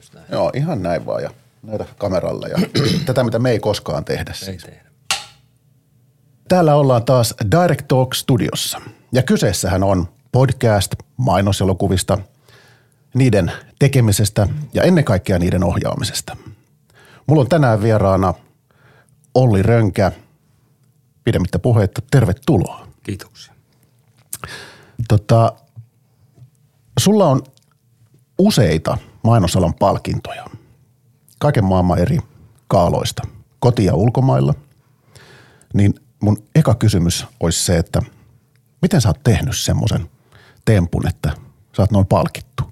Just näin. Joo, ihan näin vaan ja näitä kameralle ja tätä, mitä me ei koskaan tehdä. Ei tehdä. Täällä ollaan taas Direct Talk Studiossa ja kyseessähän on podcast mainoselokuvista, niiden tekemisestä ja ennen kaikkea niiden ohjaamisesta. Mulla on tänään vieraana Olli Rönkä. Pidemmittä puheitta, tervetuloa. Kiitoksia. Sulla on useita mainosalan palkintoja. Kaiken maailman eri kaaloista, koti- ja ulkomailla. Niin mun eka kysymys olisi se, että miten sä oot tehnyt semmoisen tempun, että sä oot noin palkittu?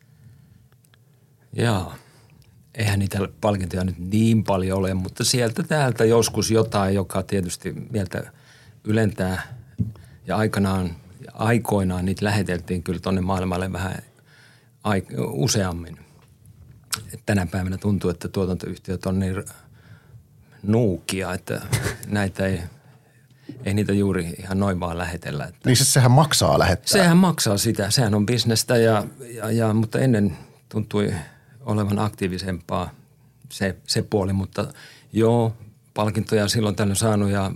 Jaa. Eihän niitä palkintoja nyt niin paljon ole, mutta sieltä täältä joskus jotain, joka tietysti mieltä ylentää. Ja aikoinaan niitä läheteltiin kyllä tonne maailmalle vähän useammin. Tänä päivänä tuntuu, että tuotantoyhtiöt on niin nuukia, että näitä ei niitä juuri ihan noin vaan lähetellä. Että Niin siis sehän maksaa lähettää. Sehän maksaa sitä. Sehän on bisnestä, mutta ennen tuntui olevan aktiivisempaa se puoli, mutta joo, palkintoja silloin tällöin saanut ja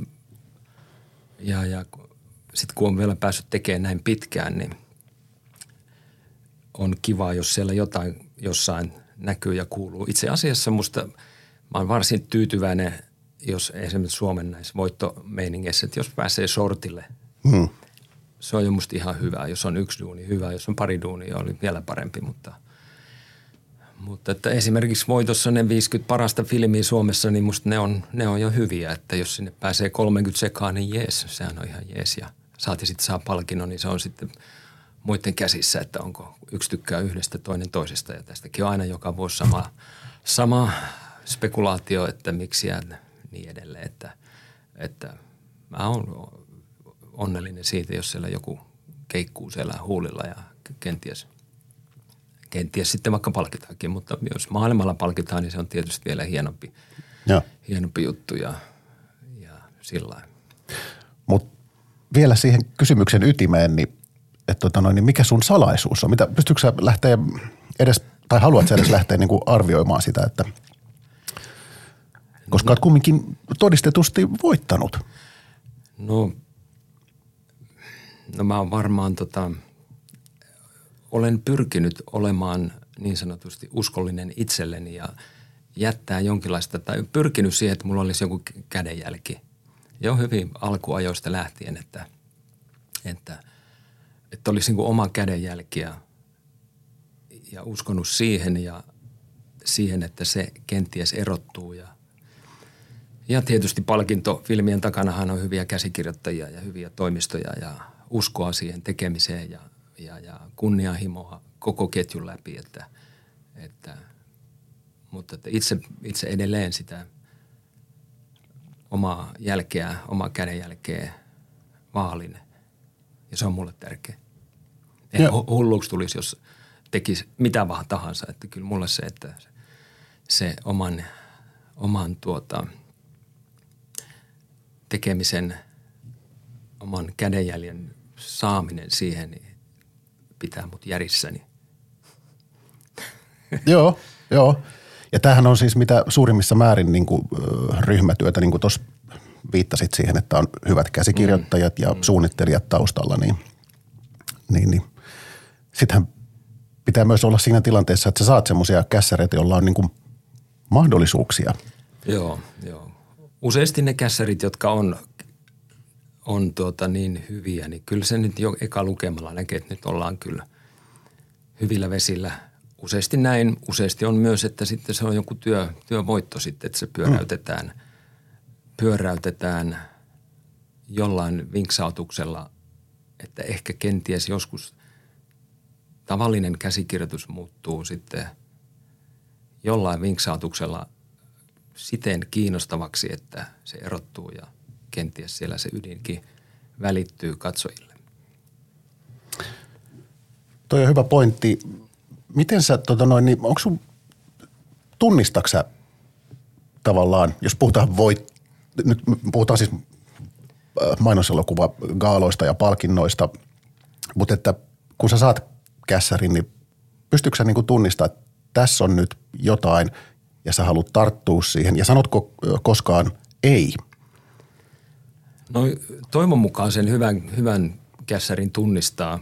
sitten kun on vielä päässyt tekemään näin pitkään, niin on kiva, jos siellä jossain näkyy ja kuuluu. Itse asiassa mä oon varsin tyytyväinen, jos esimerkiksi Suomen näissä voittomeiningeissä, että jos pääsee sortille, se on jo musta ihan hyvä. Jos on yksi duuni, hyvä. Jos on pari duunia, oli vielä parempi, mutta että esimerkiksi voitossa ne 50 parasta filmiä Suomessa, niin musta ne on jo hyviä. Että jos sinne pääsee 30 sekaan, niin jees, sehän on ihan jees. Ja saati sitten saa palkinnon, niin se on sitten muiden käsissä, että onko yksi tykkää yhdestä, toinen toisesta. Ja tästäkin on aina joka vuosi sama spekulaatio, että miksi ja niin edelleen. Että mä oon onnellinen siitä, jos siellä joku keikkuu siellä huulilla ja kenties sitten vaikka palkitaankin, mutta jos maailmalla palkitaan, niin se on tietysti vielä hienompi juttu ja sillä lailla. Mutta vielä siihen kysymyksen ytimeen, niin, niin mikä sun salaisuus on? Pystytkö sä lähteä edes, tai haluat sä edes lähteä niin kuin arvioimaan sitä, että koska olet kumminkin todistetusti voittanut? No mä oon varmaan olen pyrkinyt olemaan niin sanotusti uskollinen itselleni ja jättää jonkinlaista, tai pyrkinyt siihen, että mulla olisi joku kädenjälki. Jo hyvin alkuajoista lähtien, että olisi niin kuin oma kädenjälki ja uskonut siihen, että se kenties erottuu. Ja tietysti palkintofilmien takanahan on hyviä käsikirjoittajia ja hyviä toimistoja ja uskoa siihen tekemiseen ja kunnianhimoa koko ketjun läpi, mutta että itse edelleen sitä omaa kädenjälkeä vaalin ja se on mulle tärkeä. Hulluksi tulisi, jos tekisi mitä vaan tahansa, että kyllä mulle se, että se oman tekemisen, oman kädenjäljen saaminen siihen, niin pitää mut järissäni. Joo. Ja tämähän on siis mitä suurimmissa määrin niin kuin, ryhmätyötä, niin kuin tuossa viittasit siihen, että on hyvät käsikirjoittajat ja suunnittelijat taustalla, niin sittenhän pitää myös olla siinä tilanteessa, että sä saat semmoisia kässäreitä, joilla on niin kuin mahdollisuuksia. Joo. Useasti ne kässärit, jotka on niin hyviä, niin kyllä se nyt jo eka lukemalla näkee, että nyt ollaan kyllä hyvillä vesillä. Useasti näin. Useasti on myös, että sitten se on joku työvoitto sitten, että se pyöräytetään jollain vinksautuksella, että ehkä kenties joskus tavallinen käsikirjoitus muuttuu sitten jollain vinksautuksella siten kiinnostavaksi, että se erottuu ja kenties siellä se ydinkin välittyy katsojille. Toi on hyvä pointti. Miten sä, niin onko sun, tunnistatko sä tavallaan, jos nyt puhutaan siis mainoselokuva-gaaloista ja palkinnoista, mutta että kun sä saat kässärin, niin pystytkö sä niin kuin tunnistamaan, että tässä on nyt jotain ja sä haluat tarttua siihen. Ja sanotko koskaan ei? No toivon mukaan sen hyvän kässärin tunnistaa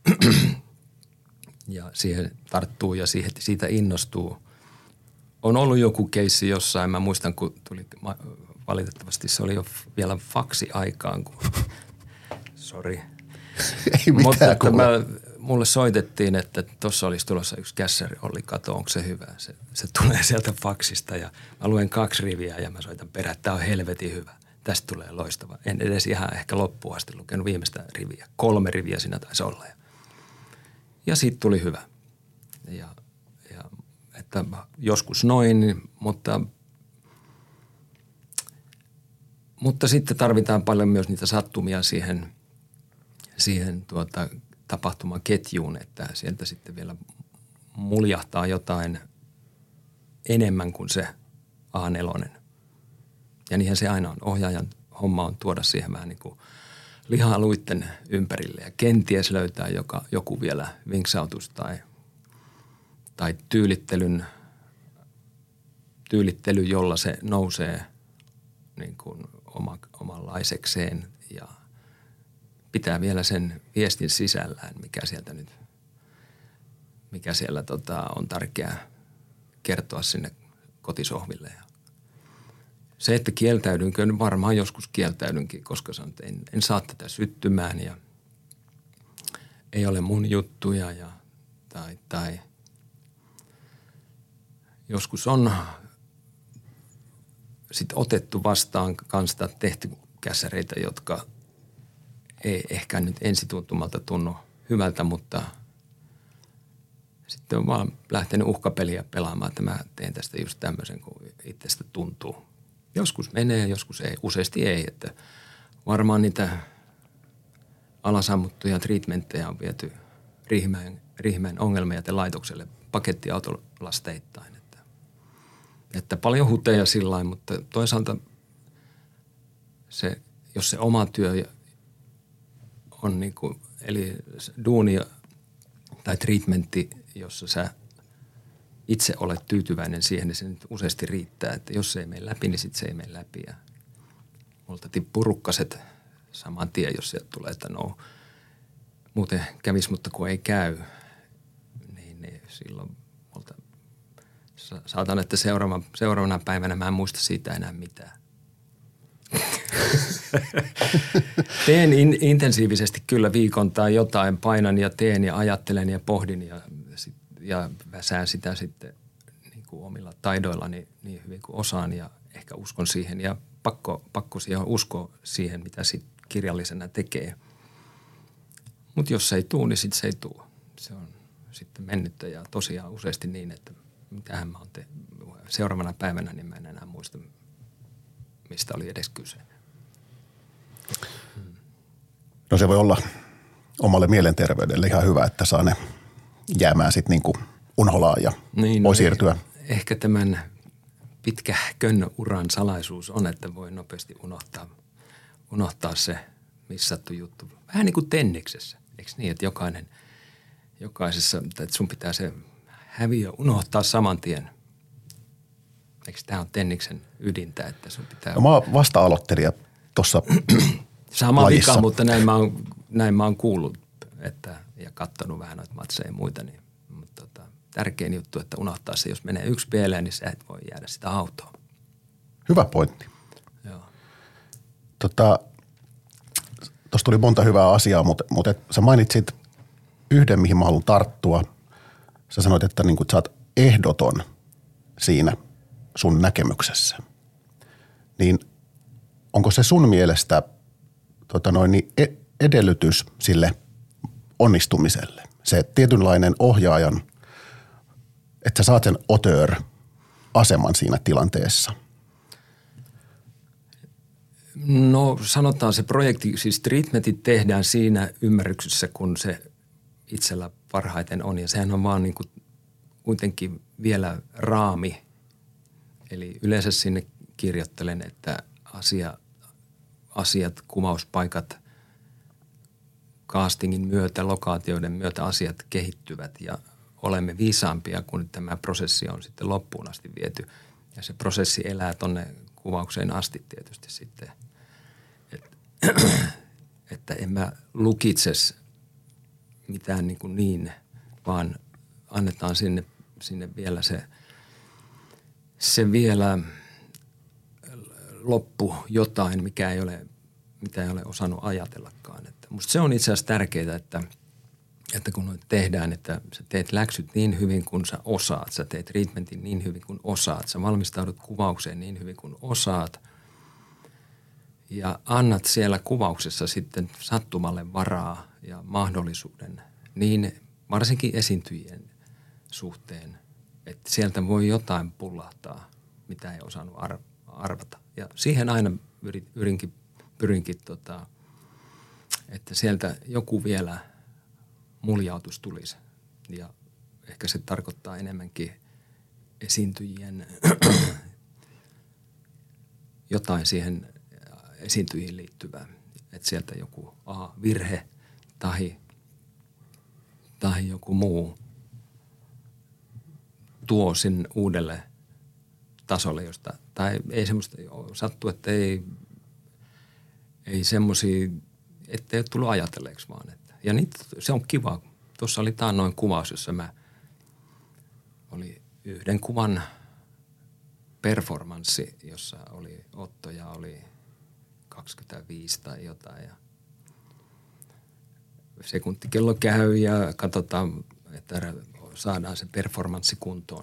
ja siihen tarttuu ja siitä innostuu. On ollut joku keissi jossain, mä muistan kun tuli, valitettavasti se oli jo vielä faksi-aikaan, sori. Ei mitään. Mutta että mulle soitettiin, että tuossa olisi tulossa yksi kässäri, Olli, kato, onko se hyvä? Se tulee sieltä faksista ja mä luen 2 riviä ja mä soitan perään, että tämä on helvetin hyvä. Tästä tulee loistava. En edes ihan ehkä loppuun asti lukenut viimeistä riviä. 3 riviä siinä taisi olla. Ja siitä tuli hyvä. Ja että joskus noin, mutta sitten tarvitaan paljon myös niitä sattumia siihen tapahtuman ketjuun, että sieltä sitten vielä muljahtaa jotain enemmän kuin se A4. Ja niinhän se aina on. Ohjaajan homma on tuoda siihen vähän niin kuin liha-aluitten ympärille ja kenties löytää joku vielä vinksautus tai tyylittely, jolla se nousee niin kuin omanlaisekseen ja pitää vielä sen viestin sisällään, mikä siellä on tärkeää kertoa sinne kotisohville. Se, että kieltäydynkö, niin varmaan joskus kieltäydynkin, koska sanon, että en saa tätä syttymään ja ei ole mun juttuja tai joskus on sitten otettu vastaan kanssa tehty kässäreitä, jotka ei ehkä nyt ensituntumalta tunnu hyvältä, mutta sitten on vaan lähtenyt uhkapeliä pelaamaan, että mä teen tästä just tämmöisen, kun itsestä tuntuu. Joskus menee, joskus ei. Useasti ei, että varmaan niitä alasammuttuja treatmentteja on viety Riihimäen ongelmajätelaitokselle pakettiautolasteittain. Että paljon huteja sillain, mutta toisaalta jos se oma työ on niin kuin, eli duuni tai treatmentti, jossa sä itse olet tyytyväinen siihen, niin se nyt useasti riittää. Että jos se ei mene läpi, niin sitten se ei mene läpi. Ja multa tippuu rukkaset saman tien, jos sieltä tulee, että no muuten kävisi, mutta kun ei käy, niin silloin multa saatan, että seuraavana päivänä mä en muista siitä enää mitään. Teen intensiivisesti kyllä viikon tai jotain, painan ja teen ja ajattelen ja pohdin ja väsään sitä sitten niin kuin omilla taidoillani niin hyvin kuin osaan ja ehkä uskon siihen ja pakko siihen uskoa siihen, mitä sitten kirjallisena tekee. Mutta jos se ei tule, niin sitten se ei tule. Se on sitten mennyttä ja tosiaan useasti niin, että mitähän mä oon seuraavana päivänä, niin mä en enää muista, mistä oli edes kyse. No se voi olla omalle mielenterveydelle ihan hyvä, että saa ne jäämään sitten niinku unholaan ja voi siirtyä. Ehkä tämän pitkähkön uran salaisuus on, että voi nopeasti unohtaa se missattu juttu. Vähän niin kuin tenniksessä. Eikö niin, että jokaisessa, että sun pitää se häviö unohtaa saman tien. Eikö tämä on tenniksen ydintä, että sun pitää... No, mä oon vasta-aloittelija tuossa sama lajissa. vika, mutta näin mä oon kuullut ja katsonut vähän noita matseja ja muita. Niin, mutta tärkein juttu, että unohtaa se, jos menee yksi pieleen, niin sä et voi jäädä sitä autoon. Hyvä pointti. Joo. Tuossa tuli monta hyvää asiaa, mutta sä mainitsit yhden, mihin mä haluan tarttua. Sä sanoit, että niin sä oot ehdoton siinä sun näkemyksessä. Niin onko se sun mielestä edellytys sille onnistumiselle? Se tietynlainen ohjaajan, että sä saat sen auteur-aseman siinä tilanteessa. No sanotaan se projekti, siis treatmentit tehdään siinä ymmärryksessä, kun se itsellä parhaiten on. Ja sehän on vaan niin kuin kuitenkin vielä raami. Eli yleensä sinne kirjoittelen, että asiat, kuvauspaikat, castingin myötä, lokaatioiden myötä asiat kehittyvät ja olemme viisaampia, kun tämä prosessi on sitten loppuun asti viety. Ja se prosessi elää tonne kuvaukseen asti tietysti sitten. Että en mä lukitse mitään niin, vaan annetaan sinne vielä se vielä loppu jotain, mitä ei ole osannut ajatellakaan. Että musta se on itse asiassa tärkeää, että kun tehdään, että sä teet läksyt niin hyvin kuin sä osaat, sä teet treatmentin niin hyvin kuin osaat, sä valmistaudut kuvaukseen niin hyvin kuin osaat ja annat siellä kuvauksessa sitten sattumalle varaa ja mahdollisuuden niin varsinkin esiintyjien suhteen, että sieltä voi jotain pullahtaa, mitä ei osannut arvata. Ja siihen aina pyrinkin, että sieltä joku vielä muljautus tulisi. Ja ehkä se tarkoittaa enemmänkin esiintyjien jotain siihen esiintyjiin liittyvää. Että sieltä joku virhe tai joku muu tuo sen uudelle tasolle, josta, tai ei semmoista sattu, että ei semmoisia, ettei ole tullut ajatelleeksi vaan. Ja se on kiva. Tuossa oli taannoin kuvaus, jossa oli yhden kuvan performanssi, jossa oli Otto ja oli 25 tai jotain ja sekuntikello käy ja katsotaan, että saadaan se performanssi kuntoon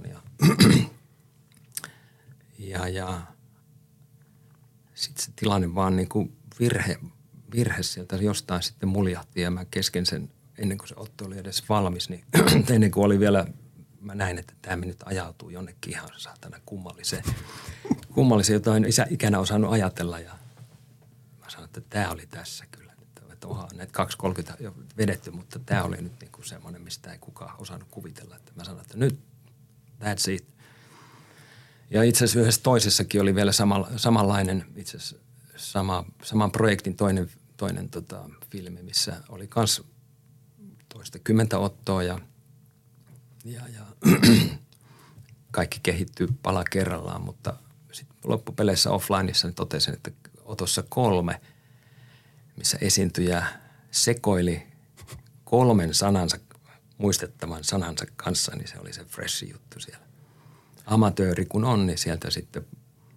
ja sitten se tilanne vaan niin kuin virhe sieltä jostain sitten muljahti ja mä kesken sen, ennen kuin se Otto oli edes valmis, niin ennen kuin oli vielä, mä näin, että tämä nyt ajautuu jonnekin ihan saatana kummalliseen jotain ikänä osannut ajatella ja mä sanoin, että tämä oli tässä kyllä. Että näitä 2.30 jo vedetty, mutta tämä oli nyt niin kuin semmoinen, mistä ei kukaan osannut kuvitella. Että mä sanoin, että nyt that's it. Ja itse asiassa yhdessä toisessakin oli vielä samanlainen, itse asiassa saman projektin toinen filmi, missä oli kans 20 Ottoa ja kaikki kehittyy pala kerrallaan, mutta sitten loppupeleissä offlineissa niin totesin, että otossa 3, missä esiintyjä sekoili 3 muistettavan sanansa kanssa, niin se oli se fresh juttu siellä. Amatööri kun on, niin sieltä sitten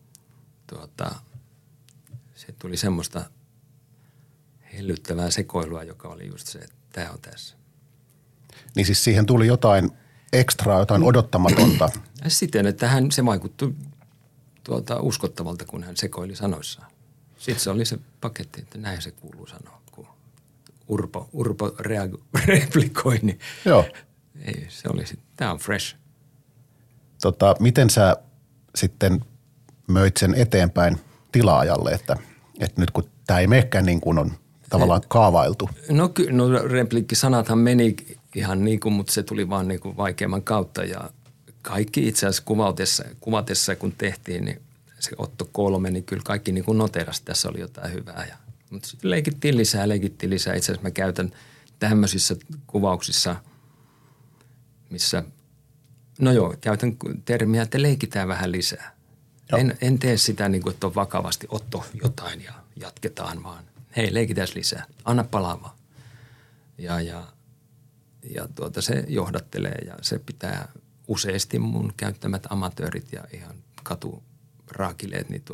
se tuli semmoista hellyttävää sekoilua, joka oli just se, että tämä on tässä. Niin siis siihen tuli jotain ekstraa, jotain odottamatonta. Siten, että se vaikuttui uskottavalta, kun hän sekoili sanoissaan. Sitten se oli se paketti, että näin se kuuluu sanoa, kun Urpo replikoi, niin joo. Ei, se oli sitten, tämä on fresh. Miten sä sitten möit sen eteenpäin tilaajalle, että nyt kun tämä ei menekään niin kuin on tavallaan kaavailtu? No replikkisanathan meni ihan niin kuin, mutta se tuli vaan niin kuin vaikeamman kautta ja kaikki itse asiassa kuvatessa kun tehtiin, niin se Otto 3, niin kyllä kaikki niin kuin noterasi, tässä oli jotain hyvää. Mutta sitten leikittiin lisää. Itse asiassa mä käytän tämmöisissä kuvauksissa, missä, käytän termiä, että leikitään vähän lisää. En tee sitä niin kuin, että on vakavasti Otto jotain ja jatketaan, vaan hei, leikitään lisää. Anna palaa vaan. Ja se johdattelee ja se pitää useasti mun käyttämät amatöörit ja ihan katuraakileet, niin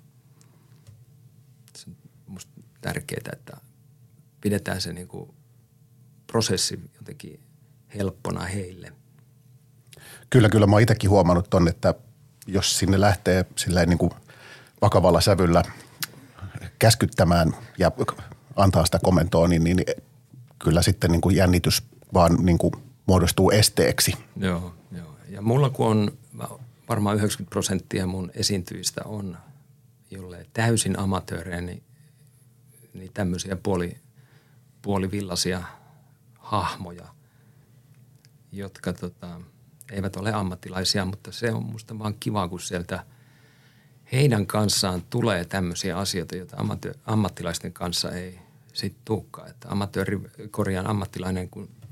se on musta tärkeää, että pidetään se niin kuin prosessi jotenkin helppona heille. Kyllä mä oon itsekin huomannut ton, että jos sinne lähtee silleen niin kuin vakavalla sävyllä käskyttämään ja antaa sitä komentoa, niin kyllä sitten niin kuin jännitys vaan niin kuin muodostuu esteeksi. Joo. Ja mulla kun on varmaan 90% mun esiintyjistä on jolle täysin amatöörejä, niin tämmöisiä puolivillaisia hahmoja, jotka eivät ole ammattilaisia, mutta se on musta vaan kiva, kun sieltä heidän kanssaan tulee tämmöisiä asioita, joita ammattilaisten kanssa ei sitten tulekaan. Että ammattilainen, kun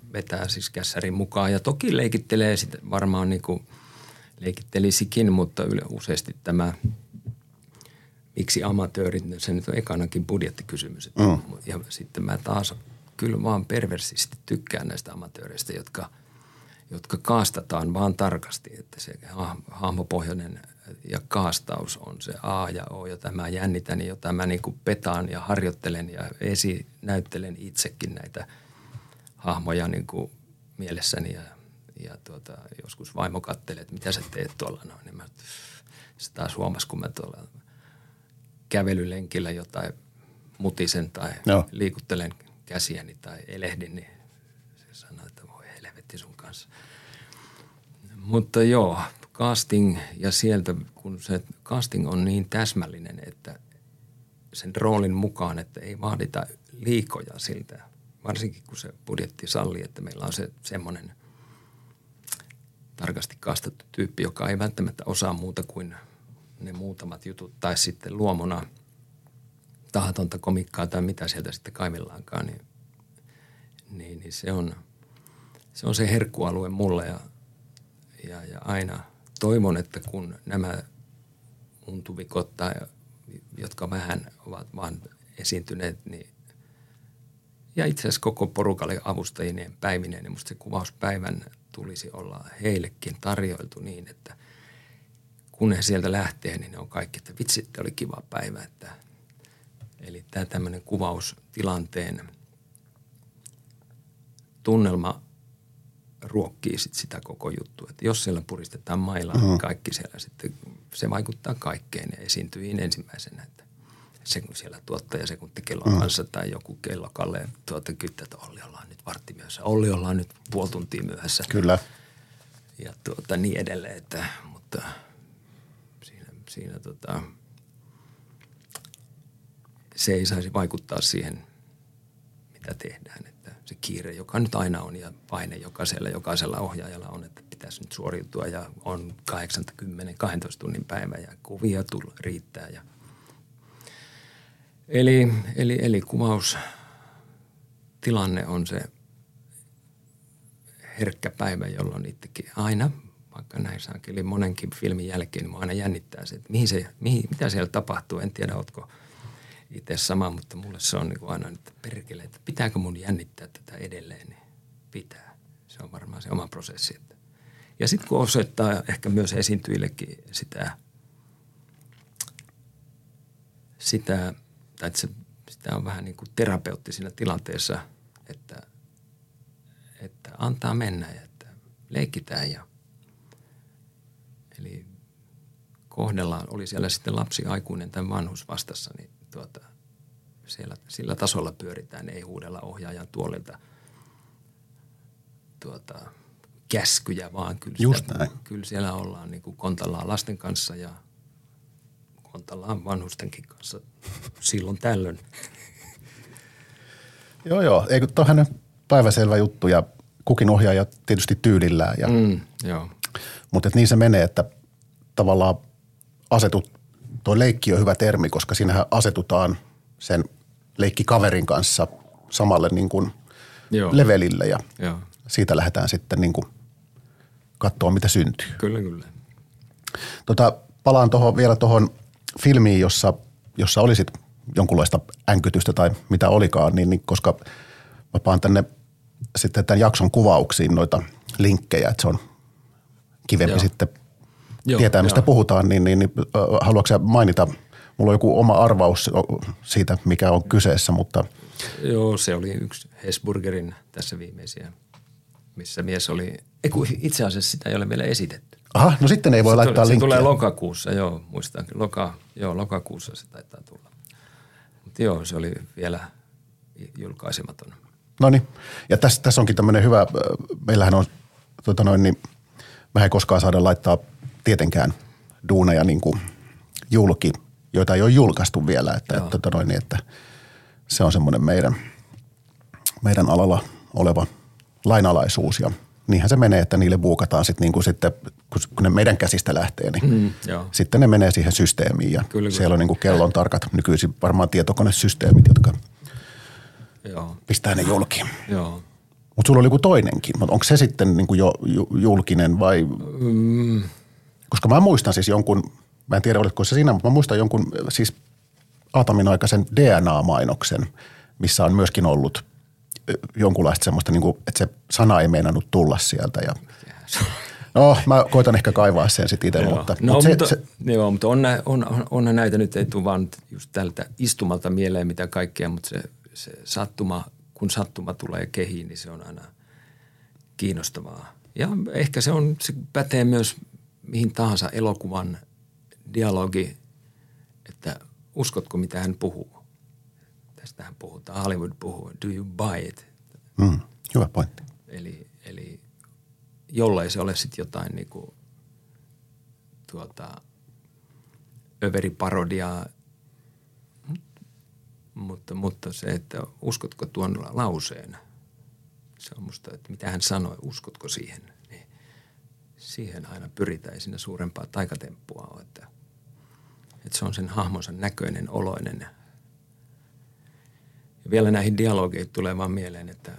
vetää siis kässärin mukaan. Ja toki leikittelee sitä varmaan niin kuin leikittelisikin, mutta useasti tämä, miksi amatöörit, se nyt on ekanakin budjettikysymys. Ja sitten mä taas kyllä vaan perversisti tykkään näistä amatööreistä, jotka kaastataan vaan tarkasti, että se hahmopohjainen ja kaastaus on se A ja O, jota mä jännitän, jota mä niin kuin petaan ja harjoittelen ja näyttelen itsekin näitä hahmoja niin kuin mielessäni ja joskus vaimo kattelee, että mitä sä teet tuolla noin, niin mä se taas huomasi, kun mä tuolla kävelylenkillä jotain mutisen tai liikuttelen käsiäni tai elehdin, niin se sanoi, että voi helvetti sun kanssa. Mutta joo, casting ja sieltä, kun se casting on niin täsmällinen, että sen roolin mukaan, että ei vaadita liikoja siltä, varsinkin kun se budjetti sallii, että meillä on se semmoinen tarkasti kastettu tyyppi, joka ei välttämättä osaa muuta kuin ne muutamat jutut tai sitten luomuna tahatonta komikkaa tai mitä sieltä sitten kaivellaankaan, niin se on se herkkualue mulle ja aina toivon, että kun nämä untuvikot tai jotka vähän ovat vaan esiintyneet, niin ja itse asiassa koko porukalle avustajineen päivineen, niin musta se kuvauspäivän tulisi olla heillekin tarjoiltu niin, että kun he sieltä lähtee, niin ne on kaikki, että vitsi, että oli kiva päivä. Eli tämä tämmöinen kuvaustilanteen tunnelma ruokkii sitä koko juttua. Että jos siellä puristetaan mailaa, niin kaikki siellä sitten, se vaikuttaa kaikkeen ja esiintyihin ensimmäisenä. Että se kun siellä tuottaja, se kun kellon kanssa tai joku kellokalle kyttää, että Olli ollaan nyt vartti myöhässä. Olli ollaan nyt puoli tuntia myöhässä. Kyllä. Ja niin edelleen, että mutta siinä se ei saisi vaikuttaa siihen, mitä tehdään. Että se kiire, joka nyt aina on ja paine jokaisella ohjaajalla on, että pitäisi nyt suoriutua ja on 8-10-12 tunnin päivä ja kuvia riittää. Eli kuvaustilanne on se herkkä päivä, jolloin itsekin aina, vaikka näin saakin, eli monenkin filmin jälkeen, niin aina jännittää se, että mitä siellä tapahtuu. En tiedä, ootko itse sama, mutta mulle se on niin kuin aina, että perkele, että pitääkö mun jännittää tätä edelleen, niin pitää. Se on varmaan se oma prosessi. Ja sitten kun osoittaa ehkä myös esiintyjillekin sitä on vähän niin kuin terapeutti siinä tilanteessa, että antaa mennä ja että leikitään eli kohdellaan, oli siellä sitten lapsi, aikuinen tai vanhus vastassa, niin siellä sillä tasolla pyöritään, ei huudella ohjaajan tuolilta käskyjä, vaan kyllä siellä ollaan niin kuin kontallaan lasten kanssa ja kontallaan vanhustenkin kanssa silloin tällöin. Joo. Eikö tuohan on päiväselvä juttu ja kukin ohjaaja tietysti tyylillään. Joo. Mutta niin se menee, että tavallaan tuo leikki on hyvä termi, koska siinähän asetutaan sen leikkikaverin kanssa samalle niin kuin levelille ja siitä lähdetään sitten niin kuin katsoa, mitä syntyy. Kyllä. Palaan vielä tuohon filmiin, jossa olisit jonkunlaista änkytystä tai mitä olikaan, niin koska mä paan tänne sitten tämän jakson kuvauksiin noita linkkejä, että se on kivempi sitten tietää, mistä puhutaan, niin haluatko sä mainita, mulla on joku oma arvaus siitä, mikä on kyseessä, mutta. Joo, se oli yksi Hesburgerin tässä viimeisiä, missä mies oli, itse asiassa sitä ei ole vielä esitetty. Aha, no sitten ei voi laittaa linkkiä. Se tulee lokakuussa, muistankin. Lokakuussa se taitaa tulla. Mutta se oli vielä julkaisematon. No niin, ja tässä onkin tämmöinen hyvä, meillähän on, mehän ei koskaan saada laittaa tietenkään duuneja niin kuin julki, joita ei ole julkaistu vielä, että se on semmoinen meidän alalla oleva lainalaisuus ja niinhän se menee, että niille buukataan sitten niin kuin sitten, kun ne meidän käsistä lähtee, niin sitten ne menee siihen systeemiin ja siellä on niin kuin kellon tarkat nykyisin varmaan tietokonesysteemit, jotka pistää ne julki. Joo. Mutta sulla oli joku toinenkin, mutta onko se sitten niin kuin jo julkinen vai? Koska mä muistan siis jonkun, mä en tiedä oletko se siinä, mutta mä muistan jonkun siis Aatomin aikaisen DNA-mainoksen, missä on myöskin ollut jonkunlaista semmoista, niin kuin, että se sana ei meinannut tulla sieltä. Ja no, mä koitan ehkä kaivaa sen sitten itse, mutta on näitä nyt ei tule vaan just tältä istumalta mieleen mitä kaikkea, mutta se sattuma, kun sattuma tulee kehiin, niin se on aina kiinnostavaa. Ja ehkä se pätee myös mihin tahansa elokuvan dialogi, että uskotko mitä hän puhuu. Tästähän puhutaan, Hollywood puhuu, do you buy it? Hyvä pointti. Eli jollei se ole sitten jotain niinku överiparodiaa, mutta se, että uskotko tuon lauseen, se on musta, että mitä hän sanoi, uskotko siihen, niin siihen aina pyritään, ei siinä suurempaa taikatemppua ole, että se on sen hahmonsa näköinen, oloinen. Ja vielä näihin dialogeihin tulee vaan mieleen, että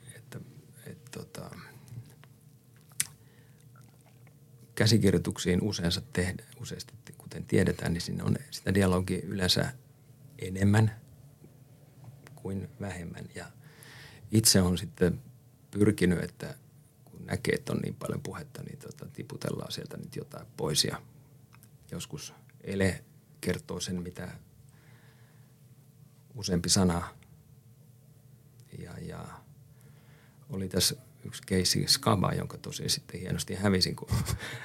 käsikirjoituksiin useasti, kuten tiedetään, niin siinä on sitä dialogia yleensä enemmän kuin vähemmän. Ja itse on sitten pyrkinyt, että kun näkee, että on niin paljon puhetta, niin tiputellaan sieltä nyt jotain pois. Ja joskus ele kertoo sen, mitä useampi sana. Ja oli tässä yksi keissi Skaba, jonka tosiaan sitten hienosti hävisin, kun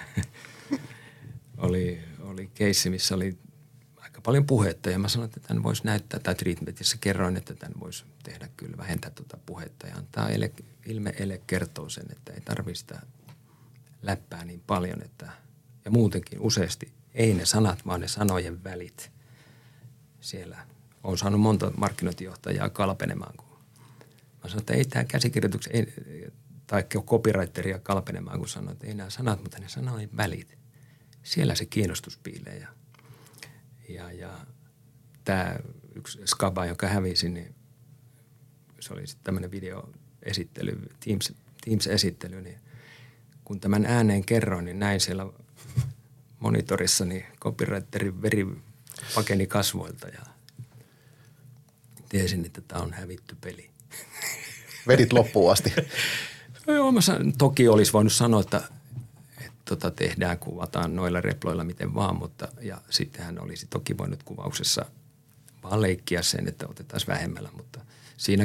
oli keissi, missä oli aika paljon puhetta. Ja mä sanoin, että tämän voisi näyttää, tai treatmentissä kerroin, että tämän voisi tehdä kyllä, vähentää tuota puhetta. Ja antaa ilme-ele kertoo sen, että ei tarvitse sitä läppää niin paljon. Ja muutenkin useasti ei ne sanat, vaan ne sanojen välit. Siellä on saanut monta markkinointijohtajaa kalpenemaan, kun mä sanoin, että ei tämä käsikirjoituksen, tai copywriteria kalpenemaan, kun sanoin, että ei nämä sanat, mutta ne sanojen välit. Siellä se kiinnostus piilee. Ja tämä yksi Skaba, joka hävisi, niin se oli sitten tämmöinen videoesittely, Teams-esittely, niin kun tämän ääneen kerroin, niin näin siellä monitorissa, niin copywriterin veri pakeni kasvoilta ja tiesin, että tämä on hävitty peli. Vedit loppuun asti. Joo, toki olisi voinut sanoa, että tehdään, kuvataan noilla reploilla miten vaan, mutta ja sitten hän olisi toki voinut kuvauksessa vaan leikkiä sen, että otetaan vähemmällä, mutta siinä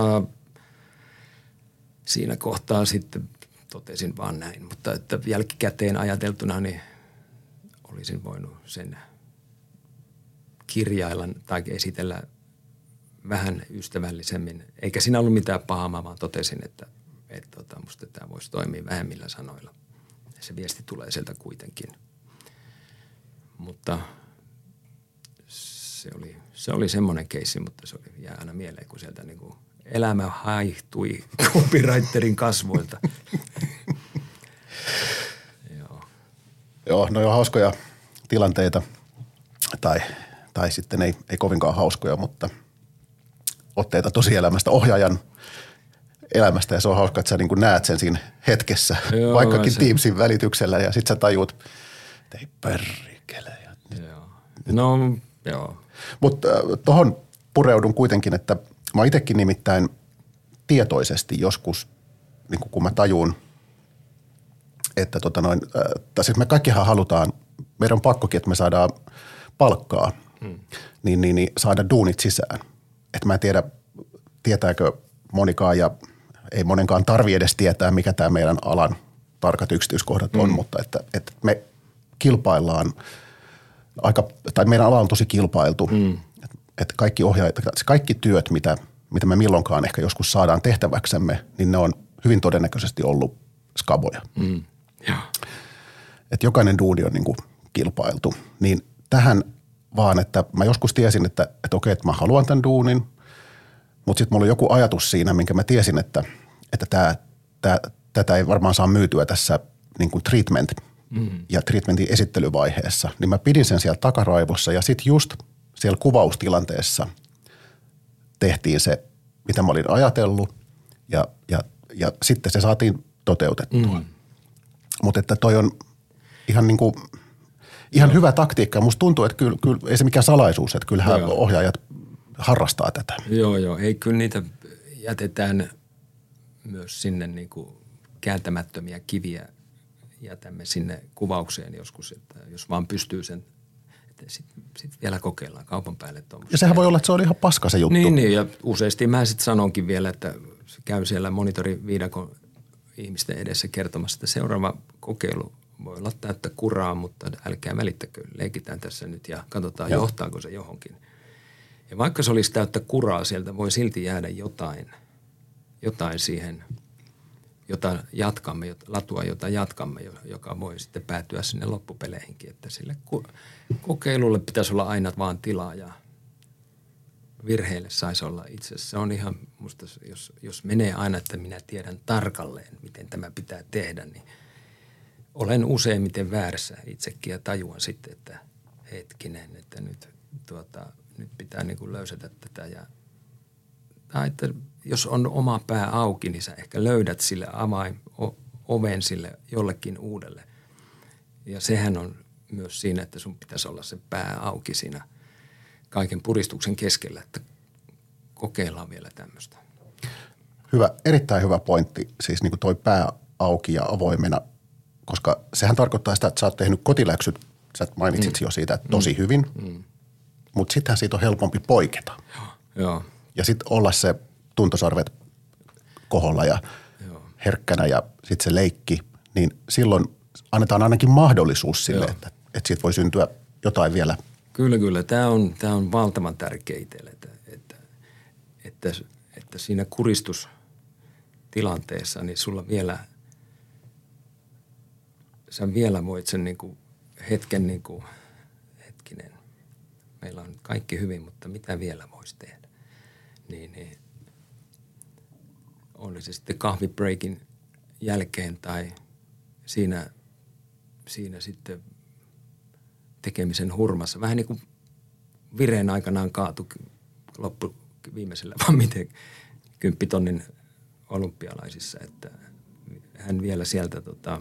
kohtaa sitten totesin vaan näin, mutta että jälkikäteen ajateltuna niin olisin voinut sen kirjailla tai esitellä vähän ystävällisemmin. Eikä siinä ollut mitään pahaa, mä vaan totesin, että musta tämä voisi toimia vähemmillä sanoilla. Se viesti tulee sieltä kuitenkin. Mutta se oli semmoinen keissi, mutta se jää aina mieleen, kun sieltä niinku elämä haihtui copywriterin kasvoilta. Joo, no on hauskoja tilanteita, tai sitten ei kovinkaan hauskoja, mutta otteita tosielämästä, ohjaajan elämästä, ja se on hauska, että sä niin kuin näet sen siinä hetkessä, joo, vaikkakin Teamsin välityksellä, ja sit sä tajuut, että ei perkele. Joo. No, joo. Mutta tohon pureudun kuitenkin, että mä itsekin nimittäin tietoisesti joskus, niin kun mä tajun, että siis me kaikkihan halutaan, meidän on pakkokin, että me saadaan palkkaa, niin saada duunit sisään. Että mä en tiedä, tietääkö monikaan ja ei monenkaan tarvi edes tietää, mikä tämä meidän alan tarkat yksityiskohdat on, mutta että me kilpaillaan tai meidän ala on tosi kilpailtu, että kaikki työt, mitä me milloinkaan ehkä joskus saadaan tehtäväksemme, niin ne on hyvin todennäköisesti ollut skaboja. Että jokainen duuni on niin kuin kilpailtu, niin tähän vaan, että mä joskus tiesin, että okei, että mä haluan tämän duunin, mutta sitten mulla oli joku ajatus siinä, minkä mä tiesin, että tätä ei varmaan saa myytyä tässä niin kuin ja treatmentin esittelyvaiheessa. Niin mä pidin sen siellä takaraivossa ja sitten just siellä kuvaustilanteessa tehtiin se, mitä mä olin ajatellut ja Ja sitten se saatiin toteutettua. Mutta että toi on ihan niin kuin, ihan hyvä taktiikka. Musta tuntuu, että kyllä ei se mikään salaisuus, että kyllähän ohjaajat harrastaa tätä. Joo. Ei kyllä niitä jätetään myös sinne niin kuin kääntämättömiä kiviä jätämme sinne kuvaukseen joskus, että jos vaan pystyy sen, että sitten vielä kokeillaan kaupan päälle tuommoista. Ja sehän voi olla, että se oli ihan paska se juttu. Niin ja useasti mä sitten sanonkin vielä, että käyn siellä monitoriviidakon ihmisten edessä kertomassa, että seuraava kokeilu voi olla täyttä kuraa, mutta älkää välittäkö, leikitään tässä nyt ja katsotaan johtaako se johonkin. Ja vaikka se olisi täyttä kuraa, sieltä voi silti jäädä jotain siihen, jota jatkamme, latua, jota jatkamme, joka voi sitten päätyä sinne loppupeleihinkin. Että sille kokeilulle pitäisi olla aina vaan tilaa ja virheille saisi olla itse asiassa. Se on ihan musta, jos menee aina, että minä tiedän tarkalleen, miten tämä pitää tehdä, niin olen useimmiten väärässä itsekin ja tajuan sitten, että hetkinen, että nyt pitää niin kuin löysätä tätä tai että jos on oma pää auki, niin sä ehkä löydät sille oven sille jollekin uudelle. Ja sehän on myös siinä, että sun pitäisi olla se pää auki siinä kaiken puristuksen keskellä, että kokeillaan vielä tämmöistä. Hyvä, erittäin hyvä pointti, siis niin kuin toi pää auki ja avoimena, koska sehän tarkoittaa sitä, että sä oot tehnyt kotiläksyt, sä mainitsit jo siitä, että tosi hyvin, mutta sittenhän siitä on helpompi poiketa. Joo. Ja sitten olla se tuntosarvet koholla ja herkkänä ja sitten se leikki, niin silloin annetaan ainakin mahdollisuus sille, että siitä voi syntyä jotain vielä. Kyllä. Tämä on valtavan tärkeä itselle, että siinä kuristustilanteessa niin sulla sä vielä voit sen niinku hetken hetkinen, meillä on kaikki hyvin, mutta mitä vielä voisi tehdä? Niin oli se sitten kahvibreakin jälkeen tai siinä sitten tekemisen hurmassa. Vähän niin kuin Vireen aikanaan kaatui loppu viimeisellä, vaan miten 10 tonnin olympialaisissa, että hän vielä sieltä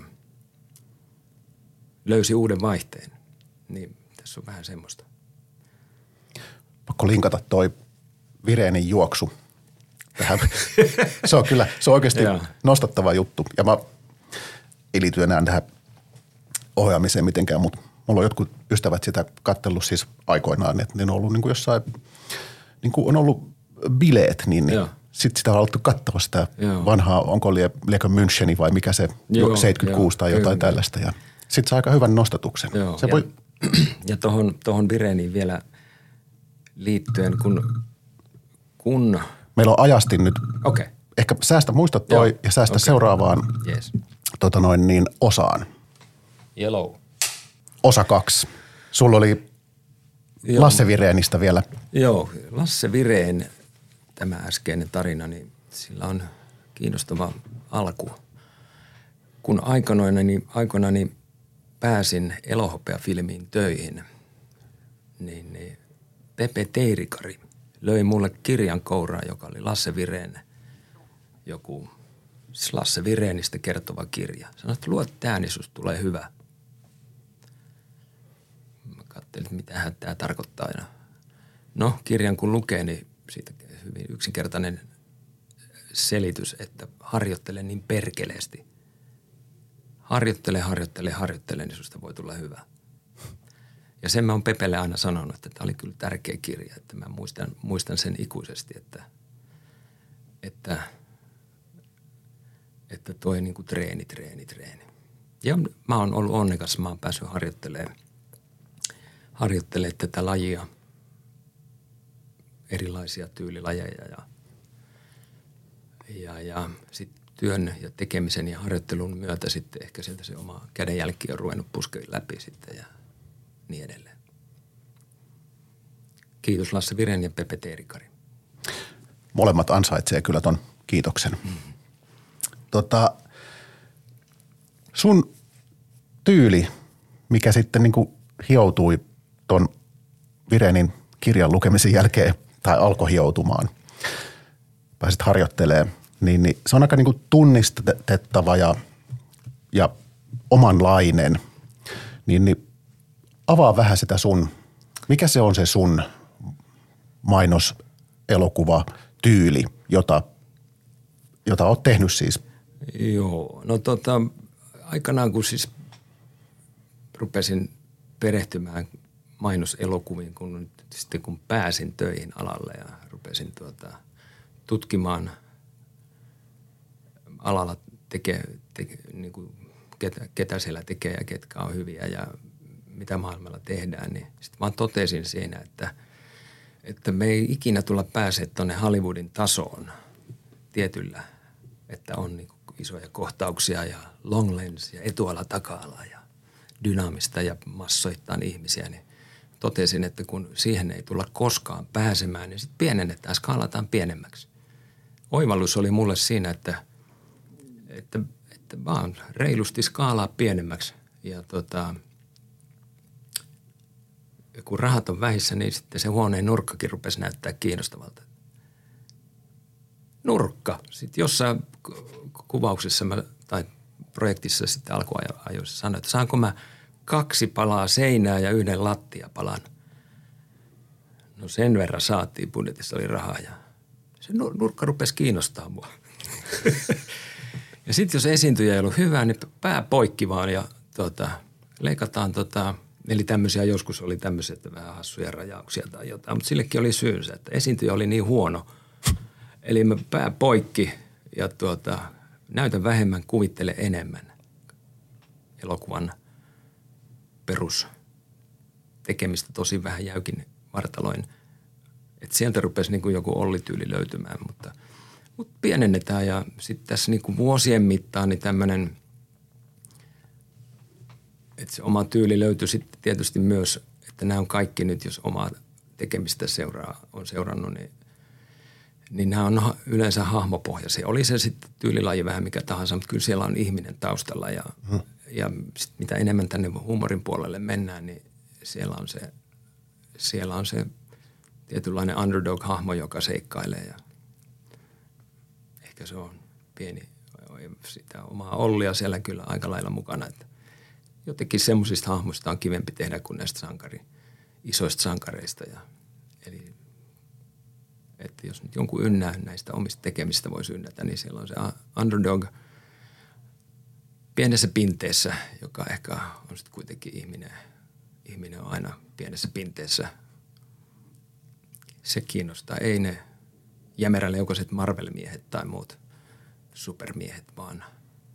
löysi uuden vaihteen. Niin tässä on vähän semmoista. Pakko linkata toi Virenin juoksu tähän. Se on oikeasti nostattava juttu. Ja mä ei liity enää tähän ohjaamiseen mitenkään, mutta mulla on jotkut ystävät sitä katsellut siis aikoinaan, että ne on ollut niin kuin jossain, niin kuin on ollut bileet, niin sitten sitä on alettu katsoa sitä vanhaa, onko liekö Müncheni vai mikä se, 76 tai jotain tällaista. Ja sitten saa aika hyvän nostatuksen. Se voi... Ja tohon Vireniin vielä liittyen, kun... Meillä on ajasti nyt. Okay. Ehkä muista toi ja säästä seuraavaan osaan. Yellow. Osa 2. Sulla oli Lasse Virenistä vielä. Joo, Lasse Vireen, tämä äskeinen tarina, niin sillä on kiinnostava alku. Kun aikoinani pääsin Elohopea-filmiin töihin, niin Pepe Teirikari löi mulle kirjan kouraan, joka oli Lasse Vireen, Lasse Vireenistä kertova kirja. Sanoin, että luet tää, niin susta tulee hyvä. Mä katselin, että mitähän tämä tarkoittaa. No, kirjan kun lukee, niin siitä hyvin yksinkertainen selitys, että harjoittele niin perkeleesti. Harjoittele, niin susta voi tulla hyvä. Ja sen mä oon Pepelle aina sanonut, että tämä oli kyllä tärkeä kirja, että mä muistan sen ikuisesti, että toi niinku treeni. Ja mä oon ollut onnekas, mä oon päässyt harjoittelemaan tätä lajia, erilaisia tyylilajeja ja sitten työn ja tekemisen ja harjoittelun myötä sitten ehkä sieltä se oma kädenjälki on ruvennut puskeen läpi sitten ja niin edelleen. Kiitos Lasse Viren ja Pepe Teirikari. Molemmat ansaitsee kyllä ton kiitoksen. Sun tyyli, mikä sitten niinku hioutui ton Virenin kirjan lukemisen jälkeen tai alkoi hioutumaan, pääsit harjoittelemaan, niin se on aika niin kuin tunnistettava ja omanlainen. Niin avaa vähän sitä mikä se on se sun mainoselokuva tyyli, jota oot tehnyt siis? Joo, no aikanaan kun siis rupesin perehtymään mainoselokuviin, kun pääsin töihin alalle ja rupesin tutkimaan alalla niin kuin ketä siellä tekee ja ketkä on hyviä ja mitä maailmalla tehdään, niin sitten vaan totesin siinä, että me ei ikinä tulla pääse tuonne Hollywoodin tasoon tietyllä, että on niin kuin isoja kohtauksia ja long lens ja etuala taka-ala ja dynaamista ja massoittain ihmisiä, niin totesin, että kun siihen ei tulla koskaan pääsemään, niin sitten pienennetään, skaalataan pienemmäksi. Oivallus oli mulle siinä, että vaan reilusti skaalaa pienemmäksi ja kun rahat on vähissä, niin sitten se huoneen nurkkakin rupesi näyttää kiinnostavalta. Nurkka. Sitten jossain kuvauksessa tai projektissa sitten alkuajoissa sanoin, että saanko mä 2 palaa seinää ja 1 lattiapalan. No sen verran saatiin, budjetissa oli rahaa ja se nurkka rupesi kiinnostaa mua. Ja sitten jos esiintyjä ei ollut hyvä, niin pää poikki vaan ja leikataan eli tämmöisiä joskus oli tämmöisiä vähän hassuja rajauksia tai jotain, mutta sillekin oli syynsä, että esiintyjä oli niin huono. Eli mä pää poikki ja näytän vähemmän, kuvittele enemmän elokuvan perustekemistä tosi vähän jäykin vartaloin. Että sieltä rupesi niin kuin joku Olli-tyyli löytymään, mutta pienennetään ja sitten tässä niin kuin vuosien mittaan niin tämmöinen, että se oma tyyli löytyi sitten tietysti myös, että nämä on kaikki nyt, jos omaa tekemistä on seurannut, niin nämä on yleensä hahmopohjaisia. Oli se sitten tyylilaji vähän mikä tahansa, mutta kyllä siellä on ihminen taustalla ja sit mitä enemmän tänne huumorin puolelle mennään, niin siellä on se tietynlainen underdog-hahmo, joka seikkailee ja ehkä se on pieni, sitä omaa Ollia siellä kyllä aika lailla mukana, että jotenkin semmoisista hahmoista on kivempi tehdä kuin näistä isoista sankareista. Eli että jos nyt jonkun ynnää näistä omista tekemistä voisi ynnätä, niin siellä on se underdog pienessä pinteessä, joka ehkä on sitten kuitenkin ihminen. Ihminen on aina pienessä pinteessä. Se kiinnostaa. Ei ne jämeräleukoiset Marvel-miehet tai muut supermiehet, vaan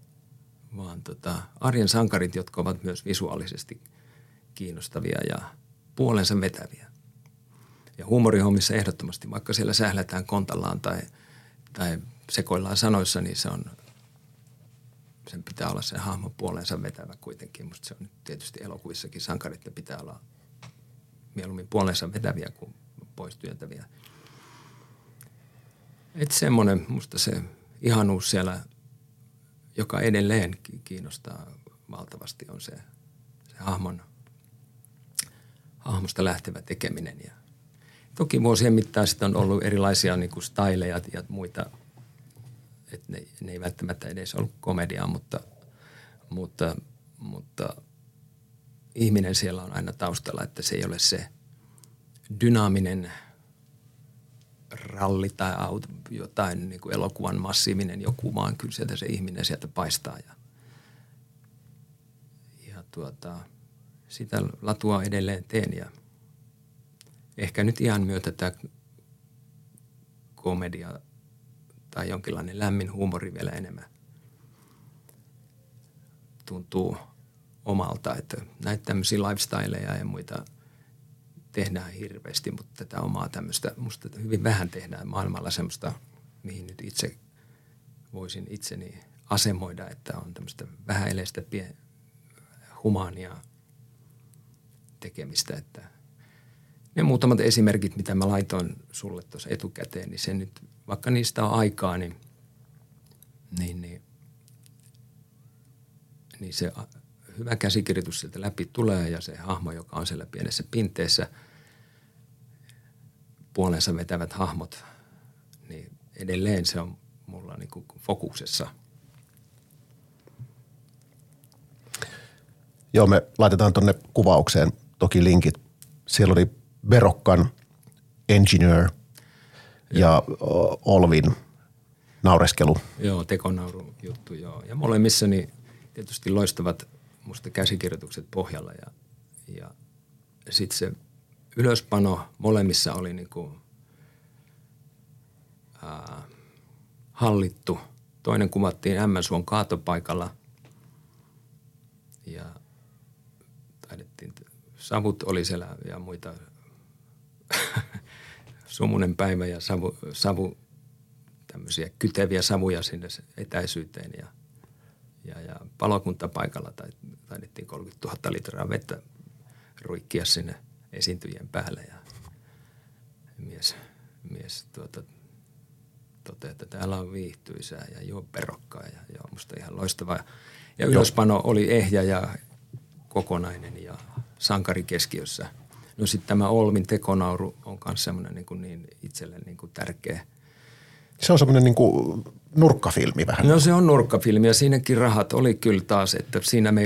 arjen sankarit, jotka ovat myös visuaalisesti kiinnostavia ja puolensa vetäviä. Ja huumorihommissa ehdottomasti, vaikka siellä sählätään kontallaan tai sekoillaan sanoissa, niin sen pitää olla se hahmo puolensa vetävä kuitenkin. Musta se on tietysti elokuvissakin sankarit, ne pitää olla mieluummin puolensa vetäviä kuin pois työntäviä. Että semmoinen musta se ihanuus siellä, joka edelleen kiinnostaa valtavasti, on se hahmosta lähtevä tekeminen. Ja toki vuosien mittaan sitten on ollut erilaisia niin kuin styleja ja muita, että ne ei välttämättä edes ollut komediaa, mutta ihminen siellä on aina taustalla, että se ei ole se dynaaminen ralli tai jotain niin kuin elokuvan massiivinen joku, vaan kyllä sieltä se ihminen sieltä paistaa. Ja sitä latua edelleen teen ja ehkä nyt ihan myötä tämä komedia tai jonkinlainen lämmin huumori vielä enemmän tuntuu omalta, että näitä tämmöisiä lifestyleja ja muita tehdään hirveästi, mutta tätä omaa tämmöistä, musta hyvin vähän tehdään maailmalla semmoista, mihin nyt itse voisin itseni asemoida, että on tämmöistä vähäileistä humaania tekemistä, että ne muutamat esimerkit, mitä mä laitoin sulle tuossa etukäteen, niin se nyt, vaikka niistä on aikaa, niin se hyvä käsikirjoitus sieltä läpi tulee ja se hahmo, joka on siellä pienessä pinteessä, puolensa vetävät hahmot, niin edelleen se on mulla niin kuin fokuksessa. Joo, me laitetaan tuonne kuvaukseen toki linkit. Siellä oli Verokkan Engineer ja Olvin naureskelu. Joo, tekonauru juttu, joo. Ja molemmissa niin tietysti loistavat musta käsikirjoitukset pohjalla ja sitten se ylöspano molemmissa oli niinku hallittu. Toinen kuvattiin Ämmänsuon kaatopaikalla ja taidettiin, savut oli siellä ja muita sumunen päivä ja savu tämmöisiä kyteviä savuja sinne etäisyyteen ja palokuntapaikalla taidettiin 30 000 litraa vettä ruikkia sinne esiintyjien päälle ja mies toteaa, että täällä on viihtyisää ja juo perokkaa ja joo, musta ihan loistavaa. Ja ylöspano oli ehjä ja kokonainen ja sankari keskiössä. No sitten tämä Olvin tekonauru on myös semmoinen niin itselle niin kuin tärkeä. Se on semmoinen niin kuin nurkkafilmi vähän. No se on nurkkafilmi ja siinäkin rahat oli kyllä taas, että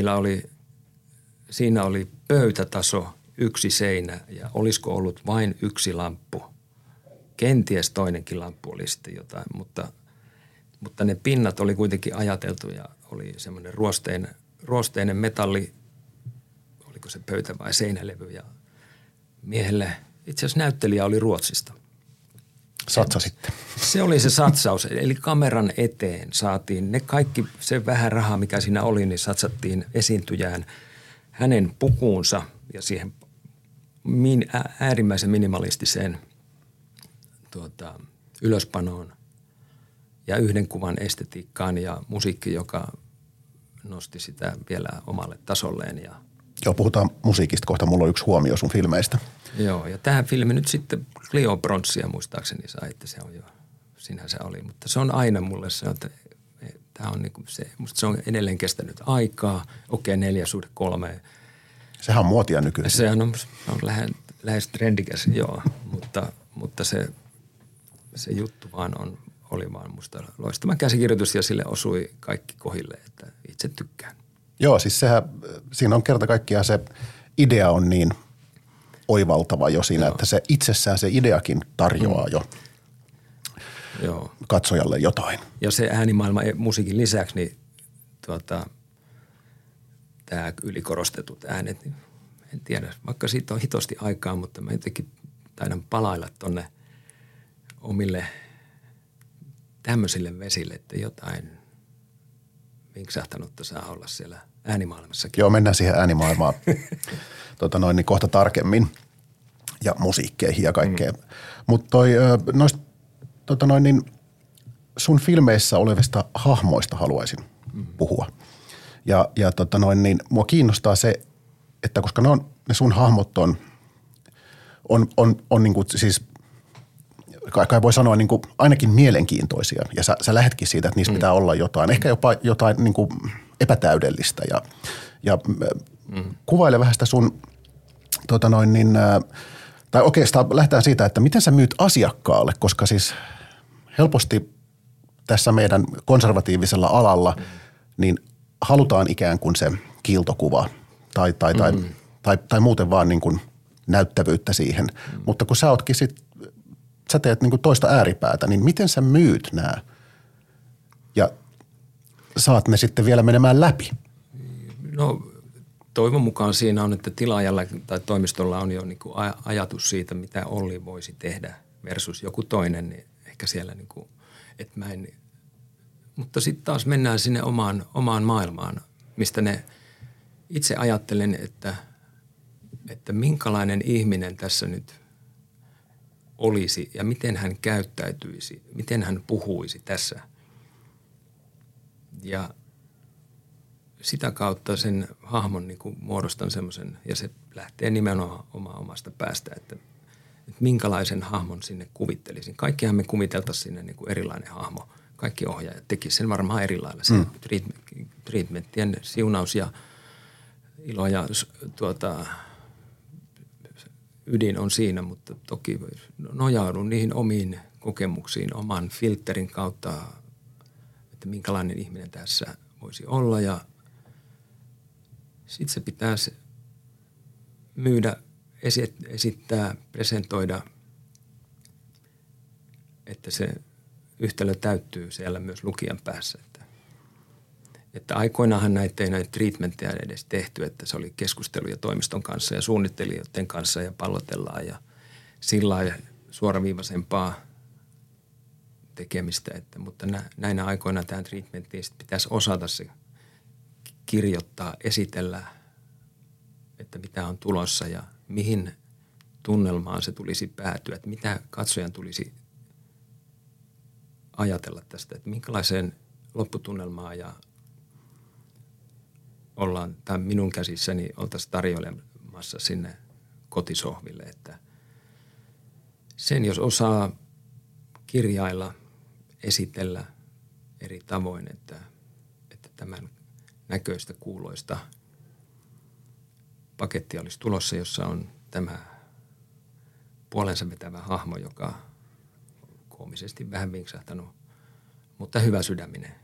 siinä oli pöytätaso, yksi seinä ja olisiko ollut vain yksi lamppu. Kenties toinenkin lamppu oli sitten jotain, mutta ne pinnat oli kuitenkin ajateltu ja oli semmoinen ruosteinen metalli, oliko se pöytä vai seinälevy ja miehelle, itse asiassa näyttelijä oli Ruotsista. Satsasitte. Se oli se satsaus, eli kameran eteen saatiin ne kaikki, se vähän rahaa mikä siinä oli, niin satsattiin esiintyjään hänen pukuunsa ja siihen äärimmäisen minimalistiseen ylöspanoon ja yhden kuvan estetiikkaan ja musiikki, joka nosti sitä vielä omalle tasolleen. Joo, puhutaan musiikista kohta. Mulla on yksi huomio sun filmeistä. Joo, ja tähän filmi nyt sitten Clio Bronssia muistaakseni sai, että se on jo, sinänsä se oli. Mutta se on aina mulle se, että tämä on niin kuin se, musta se on edelleen kestänyt aikaa. Okei, 4:3. Sehän on muotia nykyään. Sehän on lähes trendikäs, joo, mutta se juttu vaan oli vaan musta loistava käsikirjoitus ja sille osui kaikki kohille, että itse tykkään. Joo, siis siinä on kerta kaikkiaan se idea on niin oivaltava jo siinä, että se itsessään se ideakin tarjoaa jo katsojalle jotain. Ja se äänimaailma musiikin lisäksi, niin tämä ylikorostetut äänet, niin en tiedä, vaikka siitä on hitosti aikaa, mutta mä jotenkin taidan palailla tonne omille tämmöisille vesille, että jotain vinksahtanutta saa olla siellä äänimaailmassakin. Joo, mennään siihen äänimaailmaan niin kohta tarkemmin ja musiikkeihin ja kaikkea. Mutta noista niin sun filmeissä olevista hahmoista haluaisin puhua. Ja niin mua kiinnostaa se, että koska ne sun hahmot on niin kuin siis kai voi sanoa niin kuin ainakin mielenkiintoisia ja sä lähdetkin siitä, että niissä pitää olla jotain, ehkä jopa jotain niin kuin epätäydellistä ja kuvaile vähän sitä sun tai oikeastaan lähdetään siitä, että miten sä myyt asiakkaalle, koska siis helposti tässä meidän konservatiivisella alalla niin halutaan ikään kuin se kiiltokuva tai muuten vaan niin kuin näyttävyyttä siihen, mutta kun sä teet niin kuin toista ääripäätä, niin miten sä myyt nämä ja saat ne sitten vielä menemään läpi? No toivon mukaan siinä on, että tilaajalla tai toimistolla on jo niin kuin ajatus siitä, mitä Olli voisi tehdä versus joku toinen, niin ehkä siellä niin kuin, että mä en, mutta sitten taas mennään sinne omaan maailmaan, mistä ne itse ajattelen, että minkälainen ihminen tässä nyt olisi ja miten hän käyttäytyisi, miten hän puhuisi tässä. Ja sitä kautta sen hahmon niin kuin muodostan semmoisen, ja se lähtee nimenomaan omasta päästä, että minkälaisen hahmon sinne kuvittelisin. Kaikkihan me kuviteltaisiin sinne niin kuin erilainen hahmo. Kaikki ohjaajat tekisivät sen varmaan eri lailla. Se treatmentien siunaus ja ilo ja ydin on siinä, mutta toki nojaudun niihin omiin kokemuksiin, oman filterin kautta että minkälainen ihminen tässä voisi olla ja sitten se pitäisi myydä, esittää, presentoida, että se yhtälö täyttyy siellä myös lukijan päässä. Että aikoinaanhan näitä ei näitä treatmentteja edes tehty, että se oli keskusteluja toimiston kanssa ja suunnittelijoiden kanssa ja pallotellaan ja sillä lailla suoraviivaisempaa tekemistä. Mutta näinä aikoina tämä treatmentti pitäisi osata se kirjoittaa, esitellä, että mitä on tulossa ja mihin tunnelmaan se tulisi päätyä, että mitä katsojan tulisi ajatella tästä, että minkälaiseen lopputunnelmaan ja ollaan, tai minun käsissäni oltaisiin tarjoilemassa sinne kotisohville, että sen jos osaa kirjailla, esitellä eri tavoin, että tämän näköistä kuuloista pakettia olisi tulossa, jossa on tämä puolensa vetävä hahmo, joka on koomisesti vähän vinksahtanut, mutta hyvä sydäminen.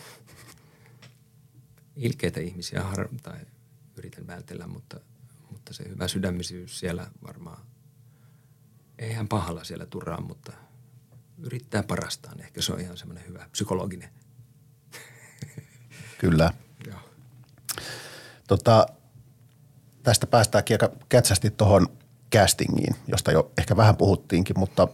Ilkeitä ihmisiä tai yritän vältellä, mutta se hyvä sydämisyys siellä varmaan, ei hän pahalla siellä turraa, mutta yrittää parastaan. Ehkä se on ihan semmoinen hyvä psykologinen. Kyllä. Joo. Tästä päästäänkin aika kätsästi tuohon castingiin, josta jo ehkä vähän puhuttiinkin, mutta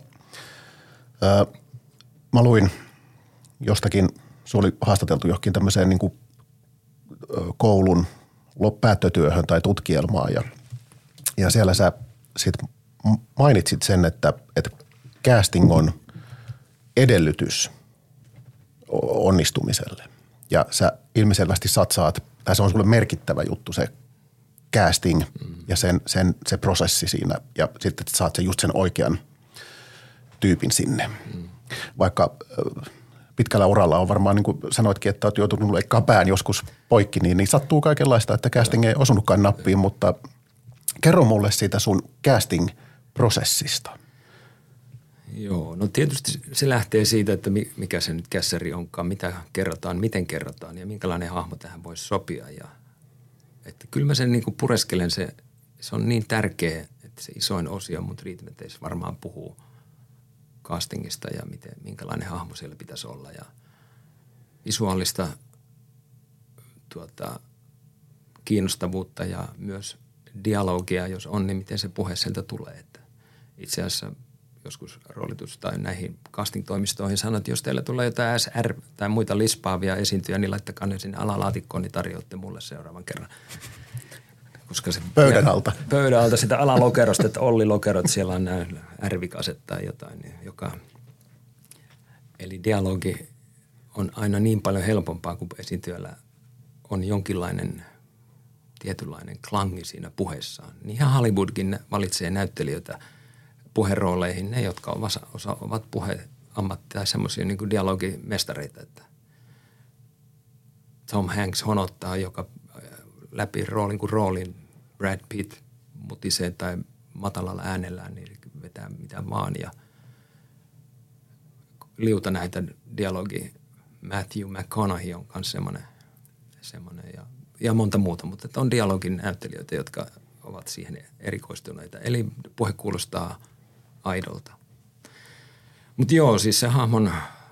mä luin jostakin, se oli haastateltu johonkin tämmöiseen niin kuin koulun päättötyöhön tai tutkielmaan ja siellä sä sit mainitsit sen, että casting on edellytys onnistumiselle ja sä ilmiselvästi satsaat, tai se on sulle merkittävä juttu se casting ja se prosessi siinä ja sitten saat sen just sen oikean tyypin sinne. Vaikka pitkällä uralla on varmaan, niin kuin sanoitkin, että olet joutunut leikkaamaan pään joskus poikki, niin sattuu kaikenlaista, että casting ei osunutkaan nappiin, mutta kerro mulle siitä sun casting-prosessista. Joo, no tietysti se lähtee siitä, että mikä se nyt kässäri onkaan, mitä kerrotaan, miten kerrotaan ja minkälainen hahmo tähän voisi sopia. Ja, että kyllä mä sen niin kuin pureskelen, se on niin tärkeä, että se isoin osio mun treatmenteissä varmaan puhuu castingista ja minkälainen hahmo siellä pitäisi olla ja visuaalista kiinnostavuutta ja myös dialogia, jos on, niin miten se puhe sieltä tulee. Että itse asiassa joskus roolitus tai näihin casting-toimistoihin sanoo, että jos teillä tulee jotain SR tai muita lispaavia esiintyjä, niin laittakaa ne sinne alalaatikkoon, niin tarjoatte mulle seuraavan kerran. Koska se pöydän alta. Pöydän alta sitä alalokerosta, että Olli Lokerot, siellä on nämä ärvikaset tai jotain, niin eli dialogi on aina niin paljon helpompaa, kun esiintyjällä on jonkinlainen tietynlainen klangi siinä puheessaan. Niin ihan Hollywoodkin valitsee näyttelijöitä puherooleihin, ne, jotka ovat puheammatti tai semmoisia niin kuin dialogimestareita, että Tom Hanks honottaa joka läpi roolin kuin roolin, Brad Pitt mutisee tai matalalla äänellään, niin vetää mitä vaan ja liuta näitä Matthew McConaughey on myös semmoinen ja monta muuta, mutta on dialogin näyttelijöitä, jotka ovat siihen erikoistuneita. Eli puhe kuulostaa aidolta. Mutta joo, siis se hahmon,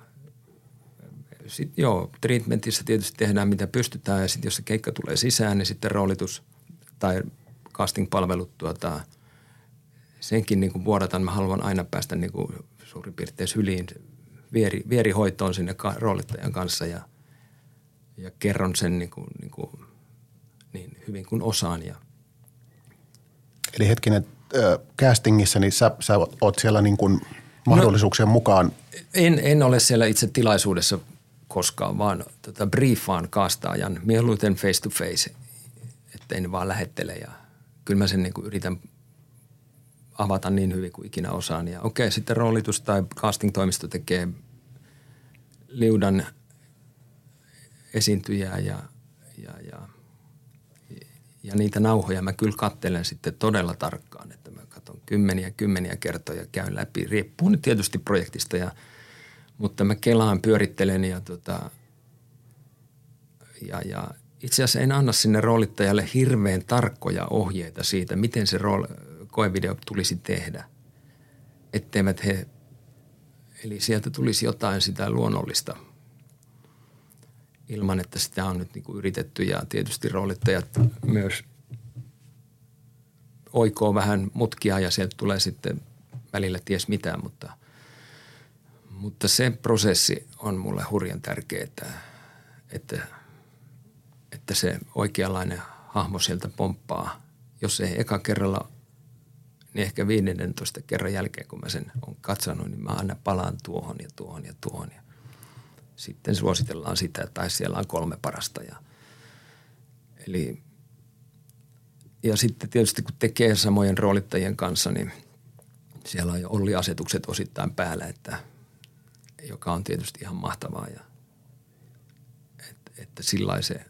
treatmentissä tietysti tehdään mitä pystytään ja sitten jos se keikka tulee sisään, niin sitten roolitus tai casting-palvelut senkin niin kuin vuodatan. Mä haluan aina päästä niin kuin suurin piirtein syliin vierihoitoon sinne roolittajan kanssa ja kerron sen niin hyvin kuin osaan. Eli hetkinen, castingissa, niin sä oot siellä niin kuin mahdollisuuksien mukaan? En ole siellä itse tilaisuudessa koskaan, vaan briefaan kastaajan mieluiten face to face, että en vaan lähettele ja kyllä mä sen niin kuin yritän avata niin hyvin kuin ikinä osaan. Ja okei, sitten roolitus tai casting-toimisto tekee liudan esiintyjää ja niitä nauhoja mä kyllä katselen sitten todella tarkkaan, että mä katson kymmeniä kertoja, käyn läpi. Riippuu nyt tietysti projektista, mutta mä kelaan, pyörittelen ja Ja itse asiassa en anna sinne roolittajalle hirveän tarkkoja ohjeita siitä, miten se koevideo tulisi tehdä. Etteivät he, eli sieltä tulisi jotain sitä luonnollista ilman, että sitä on nyt niin kuin yritetty. Ja tietysti roolittajat myös oikoo vähän mutkia ja sieltä tulee sitten välillä ties mitään, mutta se prosessi on mulle hurjan tärkeä, että se oikeanlainen hahmo sieltä pomppaa. Jos ei eka kerralla, niin ehkä 15 kerran jälkeen, kun mä sen olen katsonut, niin mä aina palaan tuohon ja tuohon ja tuohon. Ja sitten suositellaan sitä, tai siellä on 3 parasta. Ja sitten tietysti kun tekee samojen roolittajien kanssa, niin siellä on jo Olli-asetukset osittain päällä, joka on tietysti ihan mahtavaa. Ja, että sillä se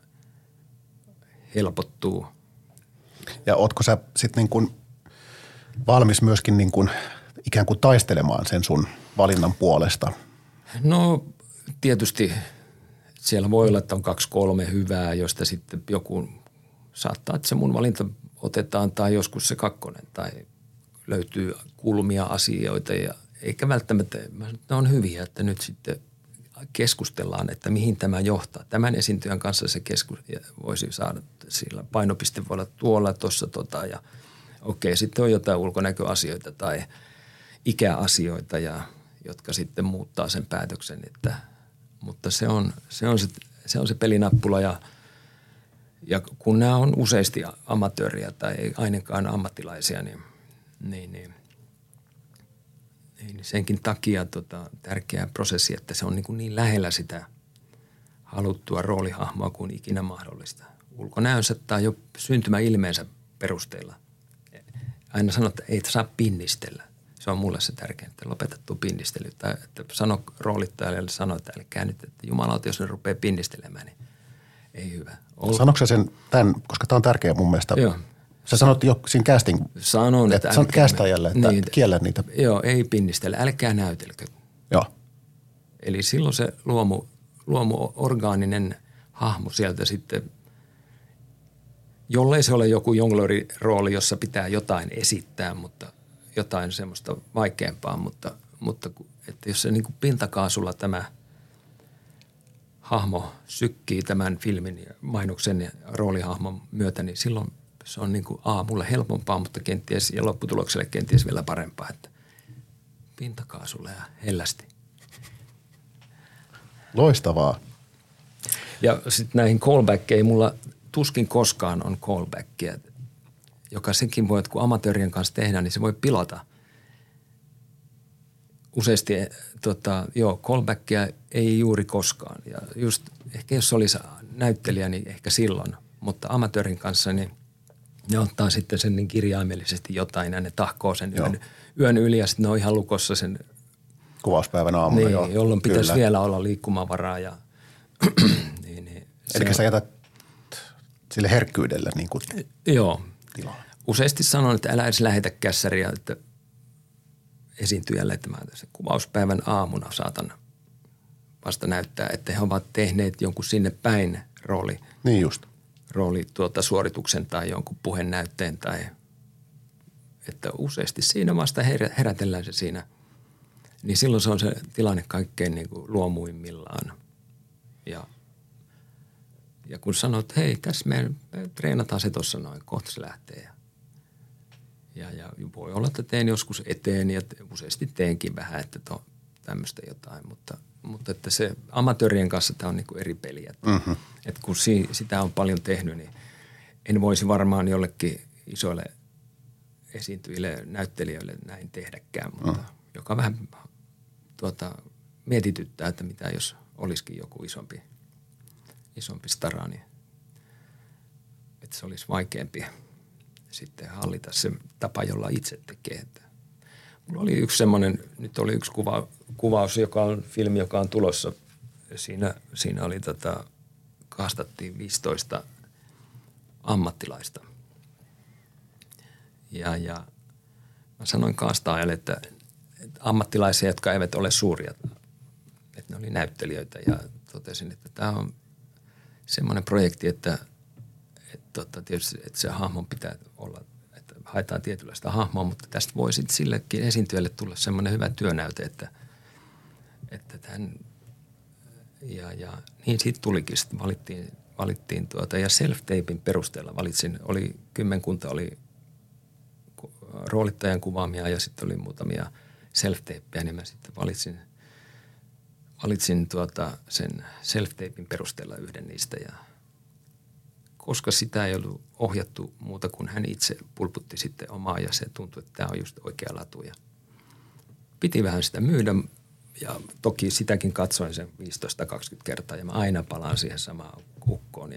helpottuu. Ja ootko sä sitten niin kuin valmis myöskin niin kuin ikään kuin taistelemaan sen sun valinnan puolesta? No tietysti siellä voi olla, että on 2-3 hyvää, josta sitten joku saattaa, että se mun valinta otetaan tai joskus se 2 tai löytyy kulmia asioita ja eikä välttämättä, ne on hyviä, että nyt sitten keskustellaan, että mihin tämä johtaa. Tämän esiintyjän kanssa se voisi saada, sillä painopiste voi olla tuolla, tuossa ja okei, sitten on jotain ulkonäköasioita tai ikäasioita, jotka sitten muuttaa sen päätöksen, mutta se on se pelinappula ja kun nämä on useasti amatööriä tai ei ainakaan ammattilaisia, niin senkin takia tärkeä prosessi, että se on niin lähellä sitä haluttua roolihahmoa kuin ikinä mahdollista. Ulkonäönsä tai jo syntymäilmeensä perusteella. Aina sanoo, että ei saa pinnistellä. Se on mulle se tärkein, että lopetettu pinnistely. Tai että sano roolittajalle, että älkää nyt, että jumalauta, jos ne rupeaa pinnistelemään, niin ei hyvä. Sanoitko sä sen tämän, koska tämä on tärkeä mun mielestä. Joo. Sä sanot jo siinä casting, että castajalle, että niin, kiellä niitä. Joo, ei pinnistele, älkää näytelkö. Joo. Eli silloin se luomu orgaaninen hahmo sieltä sitten, jollei se ole joku jonglöörirooli, jossa pitää jotain esittää, mutta jotain semmoista vaikeampaa, mutta että jos se niin kuin pintakaasulla tämä hahmo sykkii tämän filmin ja mainoksen ja roolihahmon myötä, niin silloin se on niin kuin mulle helpompaa, mutta kenties ja lopputulokselle kenties vielä parempaa, että pintakaasulla ja hellästi. Loistavaa. Ja sitten näihin callbackkeihin mulla tuskin koskaan on callbackia, joka sekin voi, että kun amatöörien kanssa tehdään, niin se voi pilata. Useasti callbackia ei juuri koskaan. Ja just ehkä jos olisi näyttelijä, niin ehkä silloin. Mutta amatöörin kanssa, niin ne ottaa sitten sen niin kirjaimellisesti jotain ja ne tahkoo sen yön yli ja sitten ne on ihan lukossa sen kuvauspäivän aamuna. Niin, jolloin pitäisi vielä olla liikkumavaraa. niin, eli sä jätät sille herkkyydelle niin kuin tilaa. Useasti sanon, että älä edes lähetä kässäriä että esiintyjälle, että mä sen kuvauspäivän aamuna saatan vasta näyttää, että he ovat tehneet jonkun sinne päin rooli. Niin just. Suorituksen tai jonkun puhenäytteen tai että useasti siinä vasta herätellään se siinä. Niin silloin se on se tilanne kaikkein niin kuin luomuimmillaan. Ja kun sanot, että hei, tässä me treenataan se tuossa noin, kohta se lähtee. Ja voi olla, että teen joskus eteen ja useasti teenkin vähän, että tämmöistä jotain, mutta että se amatöörien kanssa tämä on niin kuin eri peli. Että kun sitä on paljon tehnyt, niin en voisi varmaan jollekin isoille esiintyjille, näyttelijöille näin tehdäkään, mutta joka vähän mietityttää, että mitä jos olisikin joku isompi stara, niin että se olisi vaikeampi sitten hallita se tapa, jolla itse tekee. Mulla oli yksi kuvaus, joka on filmi, joka on tulossa. Siinä oli kaastattiin 15 ammattilaista. Ja mä sanoin kaastaajalle, että ammattilaisia, jotka eivät ole suuria, että ne oli näyttelijöitä ja totesin, että tämä on semmoinen projekti, että tietysti että se hahmon pitää olla, että haetaan tietynlaista hahmoa, mutta tästä voi sitten sillekin esiintyjälle tulla semmoinen hyvä työnäyte, että tämän, ja niin siitä tulikin, sitten valittiin ja self-tapein perusteella kymmenkunta oli roolittajan kuvaamia ja sitten oli muutamia self-tapeja, niin mä sitten valitsin sen self-tapein perusteella yhden niistä ja koska sitä ei ollut ohjattu muuta kuin hän itse pulputti sitten omaa ja se tuntui, että tämä on just oikea latu ja piti vähän sitä myydä ja toki sitäkin katsoin sen 15-20 kertaa ja mä aina palaan siihen samaan kukkoon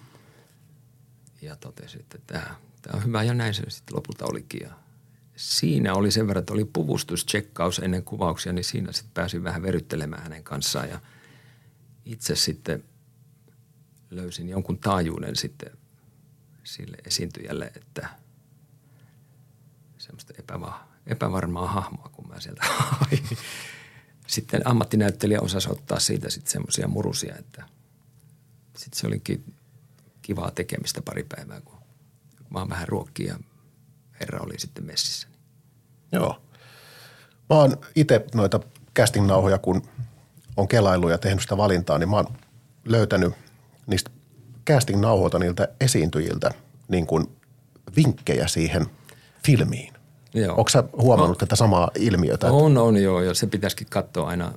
ja totesin, että tämä on hyvä ja näin se sitten lopulta olikin ja siinä oli sen verran, että oli puvustustsekkaus ennen kuvauksia, niin siinä sitten pääsin vähän veryttelemään hänen kanssaan ja itse sitten löysin jonkun taajuuden sitten sille esiintyjälle, että semmoista epävarmaa hahmoa, kun mä sieltä hain. Sitten ammattinäyttelijä osasi ottaa siitä sitten semmoisia murusia, että sitten se olikin kivaa tekemistä pari päivää, kun vaan vähän ruokkia ja herra oli sitten messissä. Joo. Mä oon itse noita casting-nauhoja, kun on kelailu ja tehnyt sitä valintaa, niin mä oon löytänyt niistä casting-nauhoilta niiltä esiintyjiltä niin kuin vinkkejä siihen filmiin. Joo. Onko sä huomannut tätä samaa ilmiötä? On joo, ja se pitäisikin katsoa aina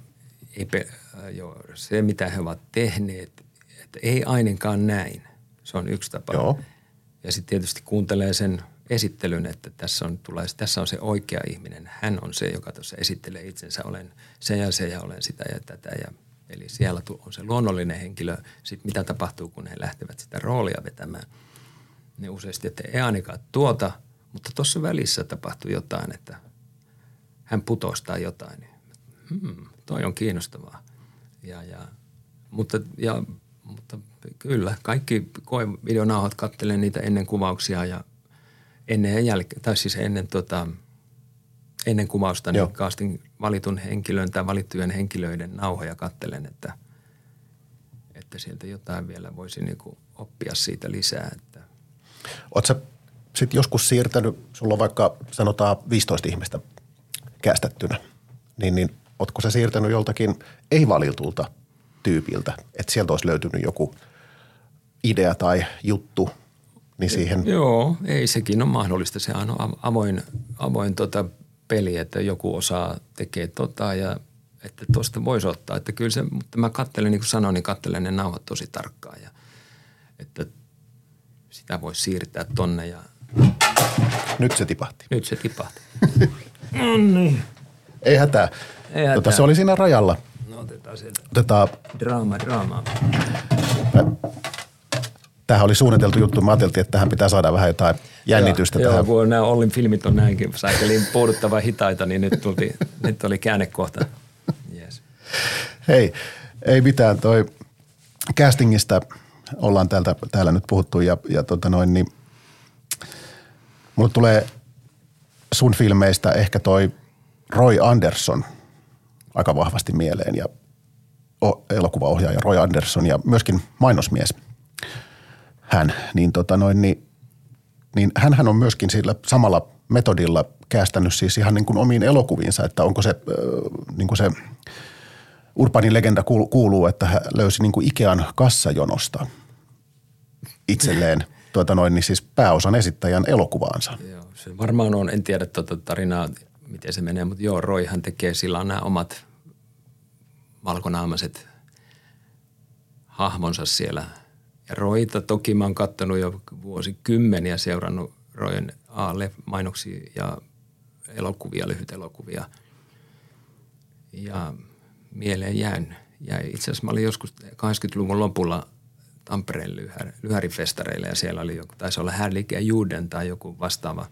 se, mitä he ovat tehneet, että ei ainakaan näin. Se on yksi tapa. Joo. Ja sitten tietysti kuuntelee sen esittelyn, että tässä on se oikea ihminen. Hän on se, joka tuossa esittelee itsensä. Olen se ja olen sitä ja tätä. Eli siellä on se luonnollinen henkilö. Sitten mitä tapahtuu, kun he lähtevät sitä roolia vetämään. Ne useasti, että ei ainakaan mutta tuossa välissä tapahtuu jotain, että hän putoustaa jotain. Toi on kiinnostavaa. Mutta kyllä, kaikki koevideonauhat katselen niitä ennen kuvauksia ja ennen ja jälkeen, tai siis ennen kuvausta, niin casting valitun henkilön tai valittujen henkilöiden nauhoja katselen, että sieltä jotain vielä voisi niinku oppia siitä lisää. Oletko sä sitten joskus siirtänyt, sulla on vaikka sanotaan 15 ihmistä kästettynä, niin ootko sä siirtänyt joltakin ei-valitulta tyypiltä, että sieltä olisi löytynyt joku idea tai juttu, niin siihen. Joo, ei sekin on mahdollista. Se on avoin peli, että joku osaa tekee ja että tuosta voisi ottaa. Että kyllä se, mutta mä katselen, niin kuin sanoin, niin katselen ne nauhat tosi tarkkaan ja että sitä voisi siirtää tonne ja. Nyt se tipahti. No niin. Ei hätää. Se oli siinä rajalla. No otetaan sieltä. Draamaa. Tämähän oli suunniteltu juttu. Mä ajattelin, että tähän pitää saada vähän jotain jännitystä. Joo, kun nämä Ollin filmit on näinkin sääkeliin puuduttavan hitaita, niin nyt oli käännekohta. Yes. Hei, ei mitään. Toi castingista ollaan täällä nyt puhuttu ja niin mulle tulee sun filmeistä ehkä toi Roy Andersson aika vahvasti mieleen ja elokuvaohjaaja Roy Andersson ja myöskin mainosmies hän, niin hänhän on myöskin sillä samalla metodilla kästänyt siis ihan niin kuin omiin elokuviinsa, että onko se niin kuin se urbaanin legenda kuuluu, että hän löysi niin kuin Ikean kassajonosta itselleen niin siis pääosan esittäjän elokuvaansa. Joo, se varmaan on, en tiedä tarinaa, miten se menee, mutta joo, Royhan tekee, sillä on nämä omat valkonaamaiset hahmonsa siellä. Ja Royta toki mä oon kattonut jo vuosikymmeniä, seurannut Royn mainoksia ja elokuvia, lyhytelokuvia. Ja mieleen jäi. Itse asiassa mä olin joskus 80-luvun lopulla Tampereen lyhärifestareilla ja siellä oli joku, taisi olla Härlikä Juden tai joku vastaava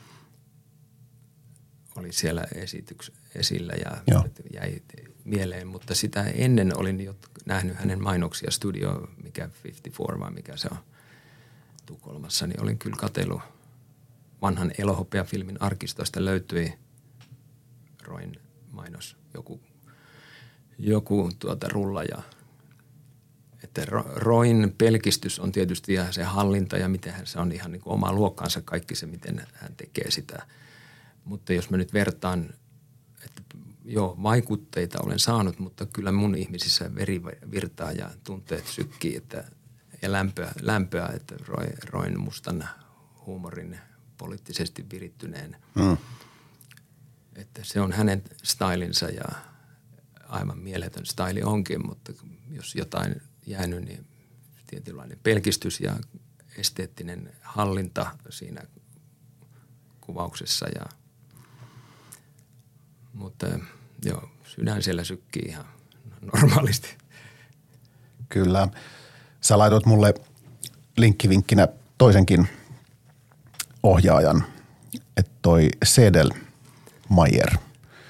oli siellä esillä ja jäi mieleen, mutta sitä ennen olin jo nähnyt hänen mainoksia Studio, mikä 54 vai mikä se on Tukholmassa, niin olin kyllä katsellut vanhan elohopeafilmin arkistoista löytyi Royn mainos, joku rulla ja että Että Roin pelkistys on tietysti ja se hallinta ja miten se on ihan niin kuin oma luokkaansa kaikki se, miten hän tekee sitä. Mutta jos mä nyt vertaan, että joo, vaikutteita olen saanut, mutta kyllä mun ihmisissä veri virtaa ja tunteet sykkii ja lämpöä, että Roin mustan huumorin poliittisesti virittyneen. Että se on hänen stylinsa ja aivan mieletön styli onkin, mutta jos jotain jäänyt, niin tietynlainen pelkistys ja esteettinen hallinta siinä kuvauksessa. Mutta joo, sydän siellä sykkii ihan normaalisti. Kyllä. Sä laitoit mulle linkkivinkkinä toisenkin ohjaajan, että toi Sedlmayr.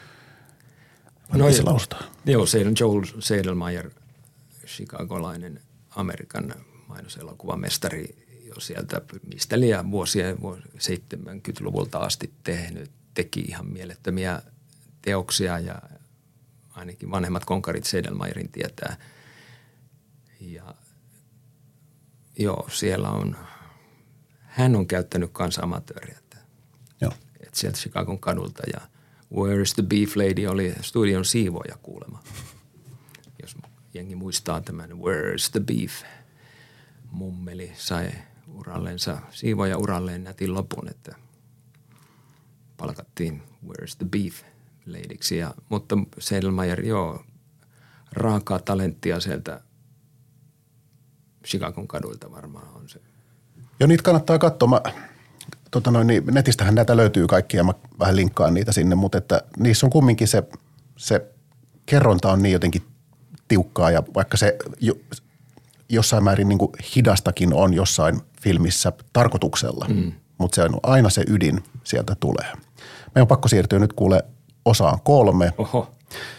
No joo, Joel Sedlmayr, chicagolainen Amerikan mainoselokuvamestari jo sieltä, mistä liian vuosia 70-luvulta asti teki ihan mielettömiä teoksia ja ainakin vanhemmat konkarit Sedlmayrin tietää. Ja joo, siellä hän on käyttänyt kanssa amatööriä. Että sieltä Chicagon kadulta ja Where's the Beef Lady oli studion siivoja kuulema. Jos jengi muistaa tämän Where's the Beef. Mummeli sai siivoja uralleen nätin lopun, että palkattiin Where's the Beef Ladyksi. Mutta Sedlmayr, joo, raakaa talenttia sieltä Chicagon kaduilta varmaan on se. Joo, niitä kannattaa katsoa. Netistähän näitä löytyy kaikkia, mä vähän linkkaan niitä sinne, mutta että niissä on kumminkin se kerronta on niin jotenkin tiukkaa ja vaikka se jossain määrin niin kuin hidastakin on jossain filmissä tarkoituksella, mutta se on aina se ydin sieltä tulee. Meidän on pakko siirtyä nyt kuule osaan 3. Oho.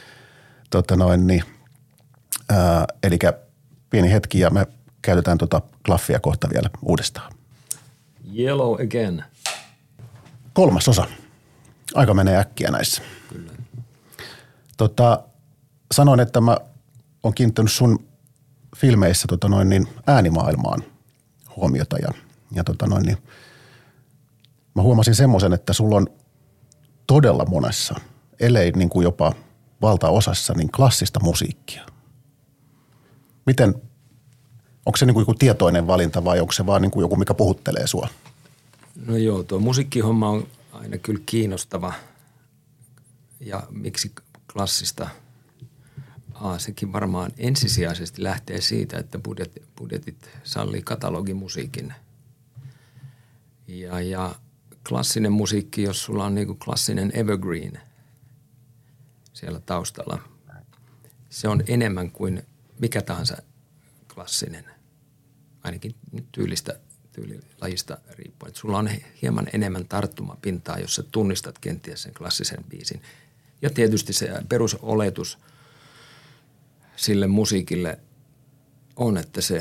Eli pieni hetki ja me käytetään klaffia kohta vielä uudestaan. Yellow again. 3. osa. Aika menee äkkiä näissä. Kyllä. Sanoin, että mä oon kiinnittänyt sun filmeissä äänimaailmaan huomiota ja mä huomasin semmoisen, että sulla on todella monessa, ellei niin kuin jopa valtaosassa, niin klassista musiikkia. Miten, onko se niin kuin joku tietoinen valinta vai onko se vaan niin kuin joku, mikä puhuttelee sua? No joo, tuo musiikkihomma on aina kyllä kiinnostava ja miksi klassista? Sekin varmaan ensisijaisesti lähtee siitä, että budjetit sallii katalogimusiikin. Ja klassinen musiikki, jos sulla on niinku klassinen evergreen siellä taustalla, se on enemmän kuin mikä tahansa klassinen, ainakin tyylilajista riippuen. Että sulla on hieman enemmän tarttumapintaa, jos sä tunnistat kenties sen klassisen biisin. Ja tietysti se perusoletus sille musiikille on, että se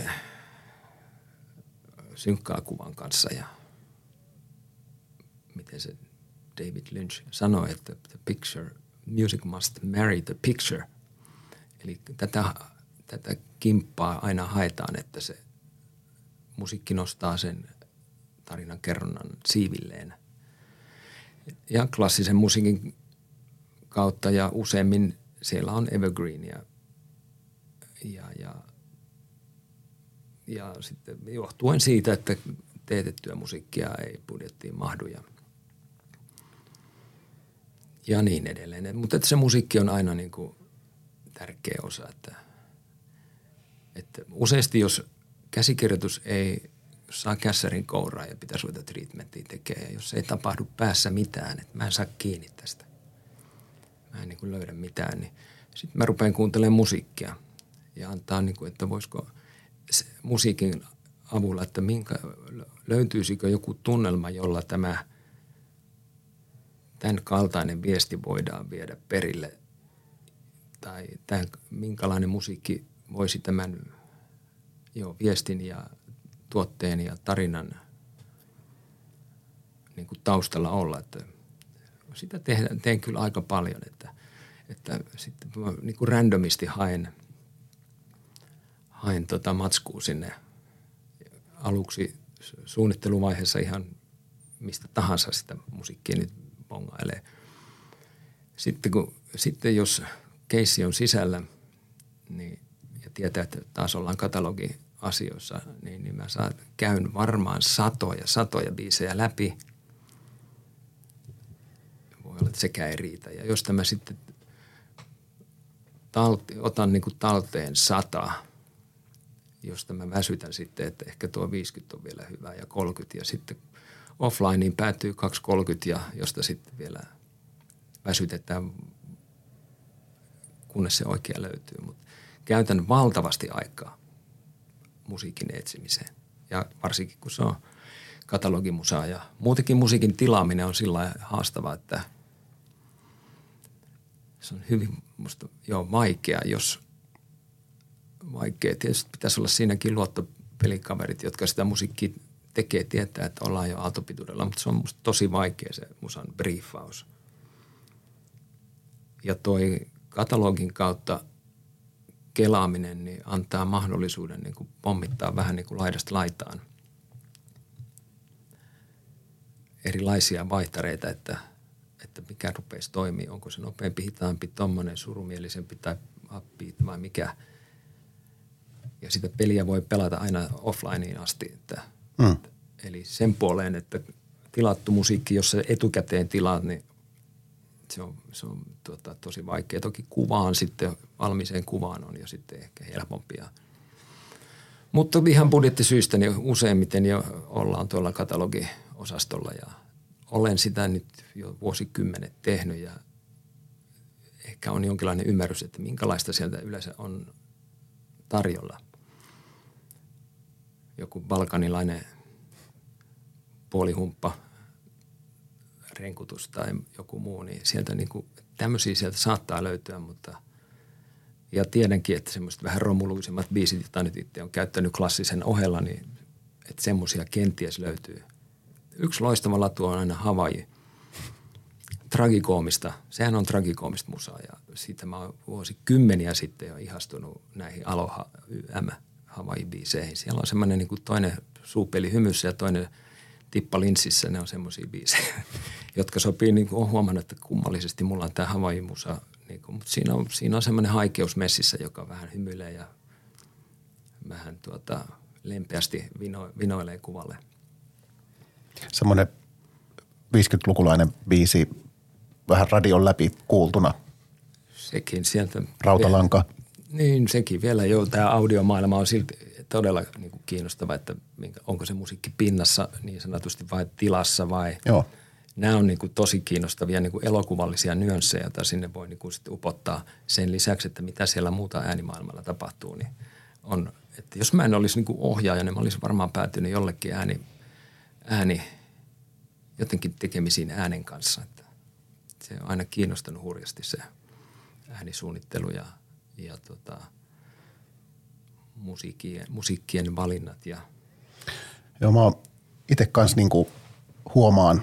synkkaa kuvan kanssa ja miten se David Lynch sanoi, että the picture, music must marry the picture. Eli tätä kimppaa aina haetaan, että se musiikki nostaa sen tarinan kerronnan siivilleen. Ja klassisen musiikin kautta ja useimmin siellä on evergreenia. Ja sitten johtuen siitä, että teetettyä musiikkia ei budjettiin mahdu ja niin edelleen. Mutta se musiikki on aina niin kuin tärkeä osa, että useasti jos käsikirjoitus ei saa kässärin kouraa ja pitäisi ruveta treatmenttia tekemään, ja jos ei tapahdu päässä mitään, että mä en saa kiinni tästä, mä en niin kuin löydä mitään, niin sitten mä rupean kuuntelemaan musiikkia ja antaa niin kuin, että voisiko musiikin avulla, että löytyisikö joku tunnelma, jolla tämän kaltainen viesti voidaan viedä perille tai minkälainen musiikki voisi tämän viestin ja tuotteen ja tarinan niin kuin taustalla olla. Että sitä teen kyllä aika paljon, että sitten niin kuin randomisti haen hain matskua sinne aluksi suunnitteluvaiheessa ihan mistä tahansa sitä musiikkia nyt bongailee. Sitten jos keissi on sisällä niin, ja tietää, että taas ollaan katalogiasioissa, niin mä käyn varmaan satoja biisejä läpi. Voi olla, että sekään ei riitä. Ja jos mä sitten otan niin kuin talteen 100, josta mä väsytän sitten, että ehkä tuo 50 on vielä hyvä ja 30 ja sitten offlineen päätyy 230 ja josta sitten vielä väsytetään, kunnes se oikea löytyy. Mutta käytän valtavasti aikaa musiikin etsimiseen ja varsinkin kun se on katalogimusaa ja muutenkin musiikin tilaaminen on sillä lailla haastavaa, että se on hyvin musta vaikea, tietysti pitäisi olla siinäkin luottopelikaverit, jotka sitä musiikkia tekee, tietää, että ollaan jo aaltopituudella, mutta se on musta tosi vaikea se musan briefaus. Ja toi katalogin kautta kelaaminen niin antaa mahdollisuuden niin kuin pommittaa vähän niin kuin laidasta laitaan erilaisia vaihtareita, että mikä rupeisi toimia, onko se nopeampi, hitaampi, tommoinen surumielisempi tai upbeat vai mikä. Ja sitä peliä voi pelata aina offlineen asti. Eli sen puoleen, että tilattu musiikki, jos se etukäteen tilaat, niin se on tosi vaikea. Toki kuvaan sitten, valmiiseen kuvaan on jo sitten ehkä helpompia. Mutta ihan budjettisyistä niin useimmiten jo ollaan tuolla katalogiosastolla ja olen sitä nyt jo vuosikymmenet tehnyt ja ehkä on jonkinlainen ymmärrys, että minkälaista sieltä yleensä on tarjolla. Joku balkanilainen puolihumppa, renkutus tai joku muu, niin sieltä niinku, tämmöisiä sieltä saattaa löytyä, mutta ja tiedänkin, että semmoiset vähän romuluisemmat biisit, joita nyt itse on käyttänyt klassisen ohella, niin että semmoisia kenties löytyy. Yksi loistava latu on aina Hawaii. Tragikoomista. Sehän on tragikoomista musaa ja siitä mä oon vuosikymmeniä sitten jo ihastunut näihin Aloha YM Hawaii-biiseihin. Siellä on semmoinen niin kuin toinen suupeli hymyssä ja toinen tippa linssissä. Ne on semmoisia biisejä, jotka sopii, niin kuin olen huomannut, että kummallisesti mulla on tämä Hawaii-musa. Niin kuin, mutta siinä on semmoinen haikeus messissä, joka vähän hymyilee ja vähän lempeästi vinoilee kuvalle. Semmoinen 50-lukulainen biisi vähän radion läpi kuultuna. Sekin sieltä. Rautalanka. Niin, sekin vielä jo. Tämä audiomaailma on silti todella niin kuin kiinnostava, että onko se musiikki pinnassa niin sanotusti vai tilassa vai. Joo. Nämä on niin kuin tosi kiinnostavia niin kuin elokuvallisia nyansseja, joita sinne voi niin kuin sitten upottaa sen lisäksi, että mitä siellä muuta äänimaailmalla tapahtuu. Niin on, että jos mä en olisi niin kuin ohjaaja, niin mä olisin varmaan päätynyt jollekin ääni jotenkin tekemisiin äänen kanssa. Että se on aina kiinnostanut hurjasti se äänisuunnittelu ja musiikkien valinnat. Joo, mä itse kanssa niinku huomaan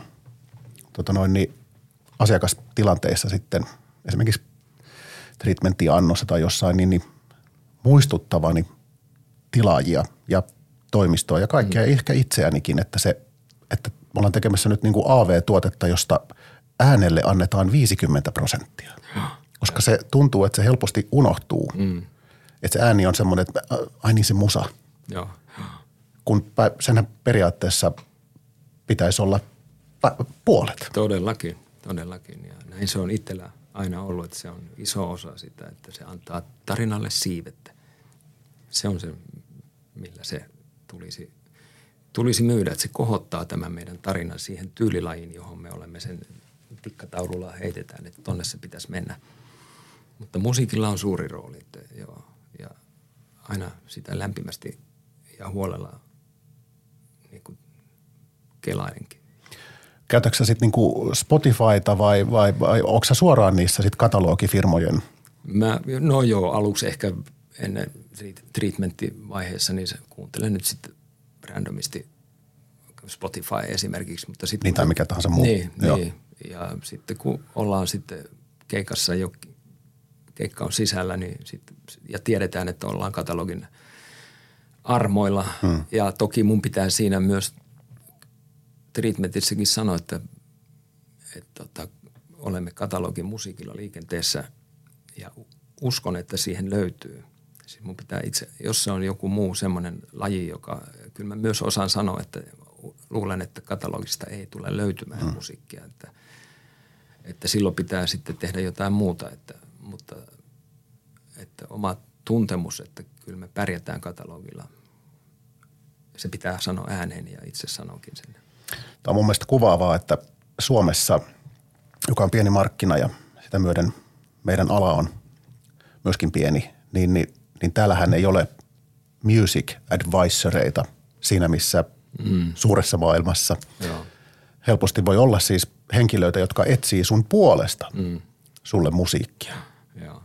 asiakastilanteissa sitten esimerkiksi treatmenttiannossa tai jossain niin muistuttavani tilaajia ja toimistoa ja kaikkea ehkä itseänikin, että me ollaan tekemässä nyt niinku AV-tuotetta, josta äänelle annetaan 50%. Koska se tuntuu, että se helposti unohtuu. Että se ääni on semmoinen, että ai niin se musa. Joo. Kun senhän periaatteessa pitäisi olla puolet. Todellakin. Ja näin se on itsellä aina ollut, että se on iso osa sitä, että se antaa tarinalle siivettä. Se on se, millä se tulisi myydä, että se kohottaa tämän meidän tarinan siihen tyylilajiin, johon me olemme sen tikkataululla heitetään, että tonne se pitäisi mennä. Mutta musiikilla on suuri rooli, että joo, ja aina sitä lämpimästi ja huolella niin kuin kelailenkin. Käytätkö sä sitten niinku Spotifyta vai onko sä suoraan niissä sitten katalogifirmojen? No joo, aluksi ehkä ennen treatmentti-vaiheessa, niin kuuntelen nyt sitten randomisti Spotify esimerkiksi. Mutta sitten, niin tai mikä tahansa muu. Niin, ja sitten kun ollaan sitten keikassa, keikka on sisällä, niin ja tiedetään, että ollaan katalogin armoilla. Ja toki mun pitää siinä myös treatmentissäkin sanoa, että olemme katalogin musiikilla liikenteessä ja uskon, että siihen löytyy. Siis mun pitää itse, jos se on joku muu semmoinen laji, joka kyllä mä myös osaan sanoa, että luulen, että katalogista ei tule löytymään musiikkia, että silloin pitää sitten tehdä jotain muuta, mutta oma tuntemus, että kyllä me pärjätään katalogilla, se pitää sanoa ääneen ja itse sanonkin sen. Tämä on mun mielestä kuvaavaa, että Suomessa, joka on pieni markkina ja sitä myöden meidän ala on myöskin pieni, niin täällähän ei ole music advisoreita siinä, missä suuressa maailmassa. Joo. Helposti voi olla siis henkilöitä, jotka etsii sun puolesta sulle musiikkia. Joo.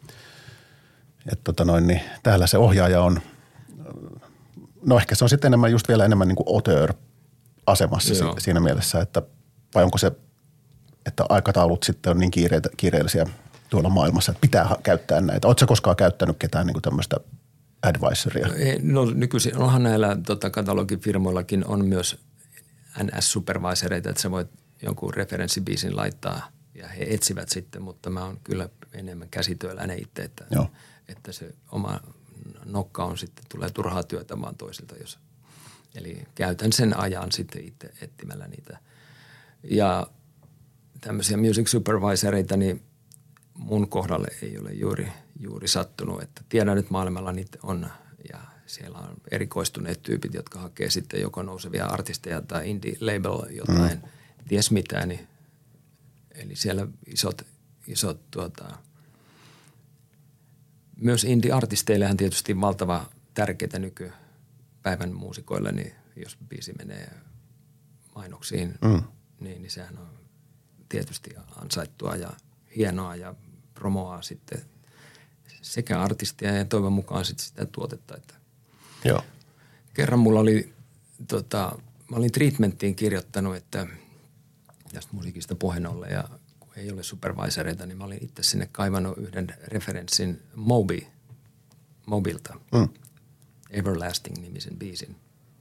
Niin täällä se ohjaaja on, no ehkä se on sitten enemmän just vielä enemmän niin kuin auteur-asemassa siinä mielessä, että vai onko se, että aikataulut sitten on niin kiireellisiä tuolla maailmassa, että pitää käyttää näitä. Oletko sä koskaan käyttänyt ketään niin kuin tämmöistä advisoria? No nykyisin onhan näillä katalogifirmoillakin on myös NS-supervisoreita, että sä voit jonkun referenssibiisin laittaa ja he etsivät sitten, mutta mä oon kyllä enemmän käsityöläinen itse, että se oma nokka on sitten, tulee turhaa työtä vaan toisilta, eli käytän sen ajan sitten itse etsimällä niitä. Ja tämmöisiä music supervisoreita, niin mun kohdalle ei ole juuri sattunut, että tiedän, että maailmalla niitä on ja siellä on erikoistuneet tyypit, jotka hakee sitten joko nousevia artisteja tai indie label jotain, ties mitään. Niin, eli siellä isot myös indie-artisteillehan tietysti valtava tärkeitä nykypäivän muusikoille, niin jos biisi menee mainoksiin, niin sehän on tietysti ansaittua ja hienoa ja promoaa sitten sekä artistia ja toivon mukaan sitten sitä tuotetta. Että Joo. Kerran mulla oli, mä olin treatmenttiin kirjoittanut, että tästä musiikista puheen ollen ja kun ei ole supervisoreita, niin mä olin itse sinne kaivannut yhden referenssin Mobilta, Everlasting-nimisen biisin.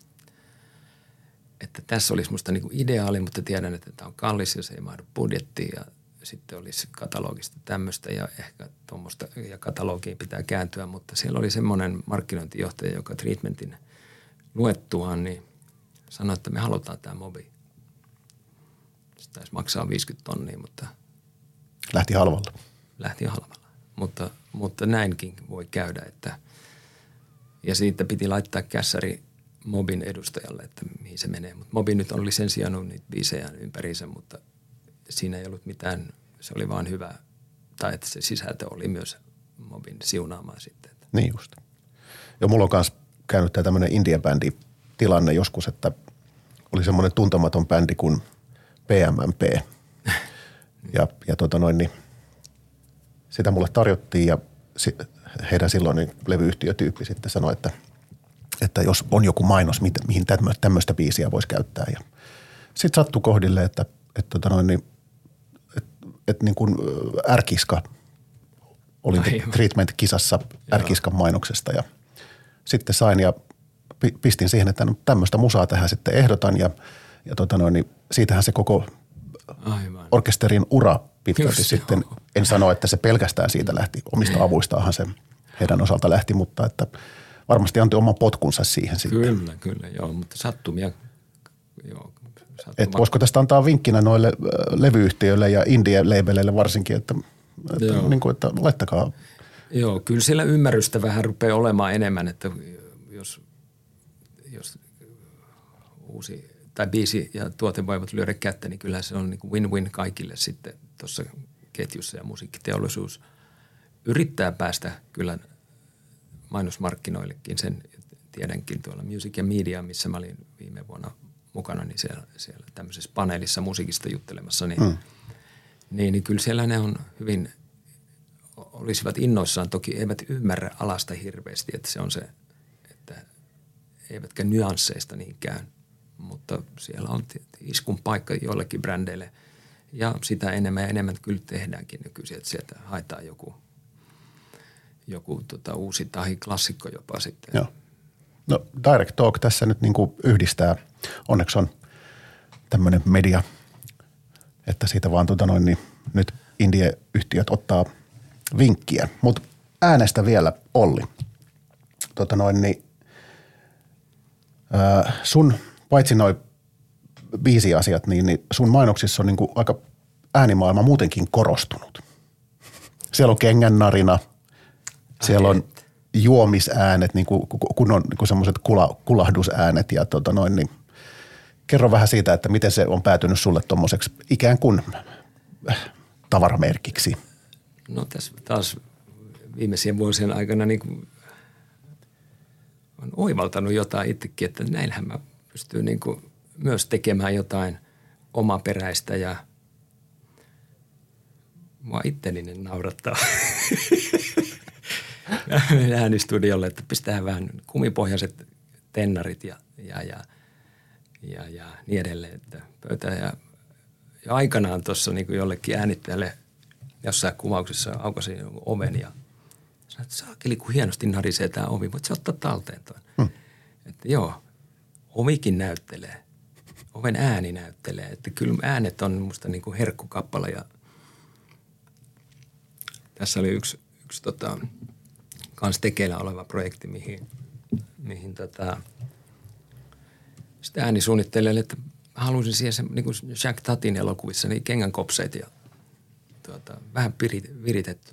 Että tässä olisi musta niinku ideaali, mutta tiedän, että tämä on kallis ja se ei mahdu budjettiin ja sitten olisi katalogista tämmöistä ja ehkä tuommoista ja katalogiin pitää kääntyä, mutta siellä oli semmoinen markkinointijohtaja, joka treatmentin luettuaan, niin sanoi, että me halutaan tämä mobi. Se taisi maksaa 50 000, mutta Lähti halvalla. Mutta näinkin voi käydä, että ja siitä piti laittaa kässäri Mobin edustajalle, että mihin se menee. Mutta Mobi nyt on lisensiannut niitä biisejä ympäriinsä, mutta siinä ei ollut mitään, se oli vaan hyvä, tai että se sisältö oli myös Mobin siunaamaan sitten. Niin just. Joo, mulla on myös käynyt tämä tämmöinen indie-bändi tilanne joskus, että oli semmoinen tuntematon bändi kuin PMMP. niin sitä mulle tarjottiin ja heidän silloin levyyhtiötyyppi sitten sanoi, että jos on joku mainos, mihin tämmöistä biisiä voisi käyttää. Ja sitten sattui kohdille, että niin kuin R-Kiska oli treatment-kisassa R-Kiskan mainoksesta ja sitten sain ja pistin siihen, että tämmöistä musaa tähän sitten ehdotan ja siitähän se koko orkesterin ura pitkälti sitten, en sano, että se pelkästään siitä lähti, omista avuistaahan se heidän osalta lähti, mutta että varmasti antoi oman potkunsa siihen sitten. Kyllä, joo, mutta sattumia, joo. Että voisiko tästä antaa vinkkinä noille levyyhtiöille ja indie-labeleille varsinkin, että laittakaa. Joo, kyllä siellä ymmärrystä vähän rupeaa olemaan enemmän, että jos uusi tai biisi ja tuote voivat lyödä kättä, niin kyllähän se on niin kuin win-win kaikille sitten tuossa ketjussa ja musiikkiteollisuus yrittää päästä kyllä mainosmarkkinoillekin. Sen tiedänkin tuolla Music ja Media, missä mä olin viime vuonna mukana, niin siellä tämmöisessä paneelissa musiikista juttelemassa, niin kyllä siellä ne on hyvin, olisivat innoissaan, toki eivät ymmärrä alasta hirveästi, että se on se, että eivätkä nyansseista niinkään, mutta siellä on iskun paikka joillekin brändeille ja sitä enemmän ja enemmän kyllä tehdäänkin nykyisin, että sieltä haetaan joku uusi tai klassikko jopa sitten. Joo. No Direct Talk tässä nyt niin kuin yhdistää. Onneksi on tämmöinen media, että siitä vaan niin nyt indie-yhtiöt ottaa vinkkiä. Mutta äänestä vielä, Olli. Sun, paitsi noi biisiasiat, niin sun mainoksissa on niin kuin aika äänimaailma muutenkin korostunut. Siellä on kengännarina, siellä on juomisäänet, niin kun on niin semmoiset kulahdusäänet ja niin kerro vähän siitä, että miten se on päätynyt sulle tommoseksi ikään kuin tavaramerkiksi. No tässä taas viimeisien vuosien aikana niin kuin on oivaltanut jotain itsekin, että näillähän mä pystyn niin kuin myös tekemään jotain omaperäistä ja mua itteni naurattaa. Äänistudiolle, että pistetään vähän kumipohjaiset tennarit ja niin edelleen. Että pöytään ja aikanaan tuossa niin jollekin äänittäjälle jossain kuvauksessa aukasin oven ja sanoin, että saakeli kun hienosti narisee tämä ovi, voit sä ottaa talteen tuon. Että joo, ovikin näyttelee, oven ääni näyttelee, että kyllä äänet on musta niin kuin herkkukappale ja tässä oli yksi kans tekeillä oleva projekti, mihin sitä äänisuunnittelijalle, että halusin siihen se, niin kuin Jack Tatin elokuvissa, niin kengänkopseet ja vähän viritetty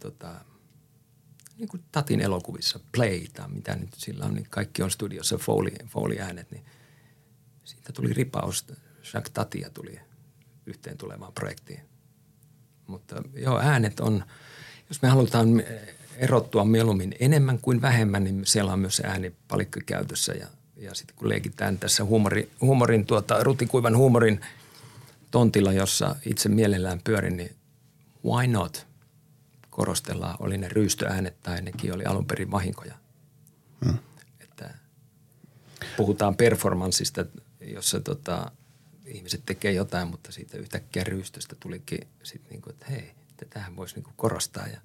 niin kuin Tatin elokuvissa, Play tai mitä nyt sillä on, niin kaikki on studiossa Foley-äänet, niin siitä tuli ripaus, Jack Tatia tuli yhteen tulevaan projektiin. Mutta joo, äänet on, jos me halutaan erottua mieluummin enemmän kuin vähemmän, niin siellä on myös se äänipalikka käytössä. Ja sitten kun leikitään tässä huumorin rutikuivan huumorin tontilla, jossa itse mielellään pyörin, niin why not? Korostellaan, oli ne ryystöäänet tai nekin oli alun perin vahinkoja. Että puhutaan performanssista, jossa ihmiset tekee jotain, mutta siitä yhtäkkiä ryystöstä tulikin sitten niin kuin, että hei, tätähän voisi niin kuin korostaa ja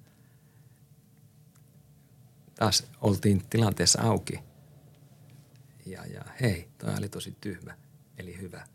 taas oltiin tilanteessa auki ja hei, toi oli tosi tyhmä, eli hyvä.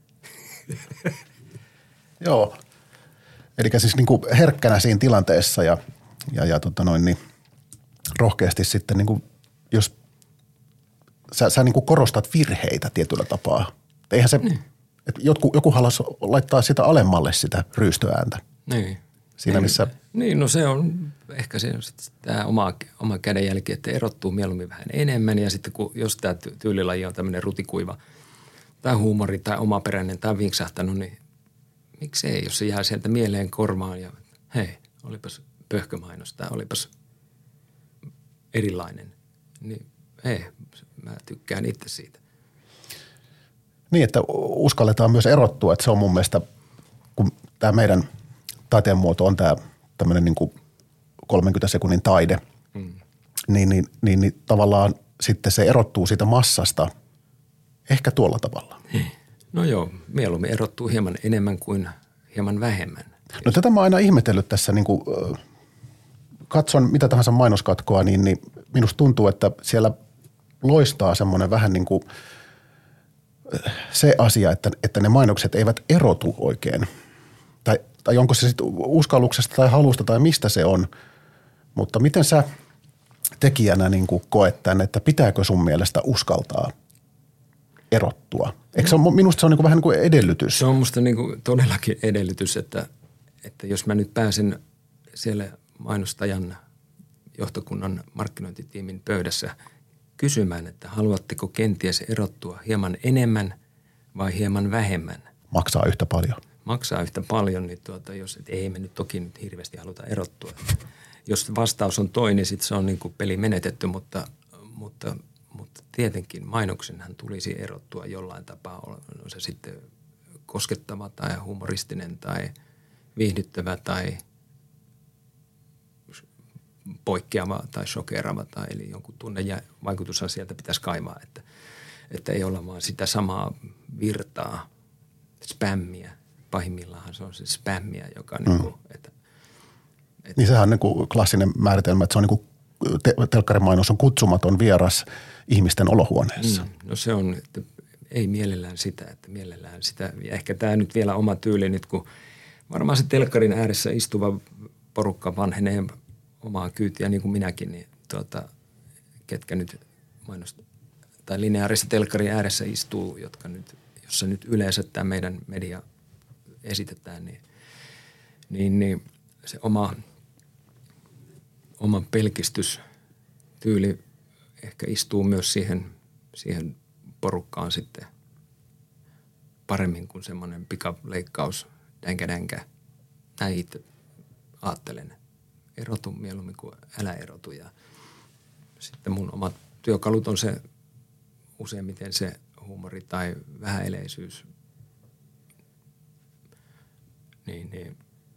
Joo, eli siis niin kuin herkkänä siinä tilanteessa ja niin rohkeasti sitten niin kuin, jos sä niin kuin korostat virheitä tietyllä tapaa. Eihän se, että joku haluaisi laittaa sitä alemmalle sitä ryystöääntä. Niin. Siinä missä... Niin, no se on ehkä se on sitten tämä oma kädenjälki, että erottuu mieluummin vähän enemmän. Ja sitten jos tämä tyylilaji on tämmöinen rutikuiva tai huumori tai omaperäinen tai vinksahtanut, niin miksei, jos se jää sieltä mieleen korvaan ja hei, olipas pöhkömainos tai olipas erilainen, niin hei, mä tykkään itse siitä. Niin, että uskalletaan myös erottua, että se on mun mielestä, kun tämä meidän taiteen muoto on tämä tämmöinen niin kuin 30 sekunnin taide, niin tavallaan sitten se erottuu siitä massasta ehkä tuolla tavalla. No joo, mieluummin erottuu hieman enemmän kuin hieman vähemmän. No tätä mä oon aina ihmetellyt tässä, niin kuin, katson mitä tahansa mainoskatkoa, niin minusta tuntuu, että siellä loistaa semmoinen vähän niin kuin se asia, että ne mainokset eivät erotu oikein. Tai onko se sitten uskalluksesta tai halusta tai mistä se on, mutta miten sä tekijänä niin kuin koet tämän, että pitääkö sun mielestä uskaltaa erottua? Eikö se on, minusta se on niin kuin vähän niin kuin edellytys. Se on musta niin kuin todellakin edellytys, että jos mä nyt pääsen siellä mainostajan johtokunnan markkinointitiimin pöydässä kysymään, että haluatteko kenties erottua hieman enemmän vai hieman vähemmän? Maksaa yhtä paljon. Maksaa yhtä paljon, niin jos ei me nyt toki nyt hirveästi haluta erottua. Jos vastaus on toinen, niin sitten se on niin kuin peli menetetty, mutta tietenkin mainoksenhan tulisi erottua jollain tapaa. On se sitten koskettava tai humoristinen tai viihdyttävä tai poikkeava tai shokeerava tai eli jonkun tunne- ja vaikutushan sieltä pitäisi kaivaa, että ei olla vaan sitä samaa virtaa, spämmiä. Pahimmillaan se on se spämmiä, joka niin kuin, niin sehän on niin kuin klassinen määritelmä, että se on niin kuin telkkarimainos on kutsumaton vieras ihmisten olohuoneessa. No se on, että ei mielellään sitä. Ja ehkä tämä nyt vielä oma tyyli nyt, kun varmaan se telkkarin ääressä istuva porukka vanhenee omaa kyytiä niin kuin minäkin, niin ketkä nyt tai lineaarissa telkkarin ääressä istuu, jossa nyt yleensä tämä meidän media esitetään, niin se oma pelkistystyyli ehkä istuu myös siihen porukkaan sitten paremmin kuin semmoinen pikaleikkaus, dänkä. Näin itse ajattelen. Erotu mieluummin kuin älä erotu. Ja sitten mun omat työkalut on se useimmiten se huumori tai vähäeleisyys. Niin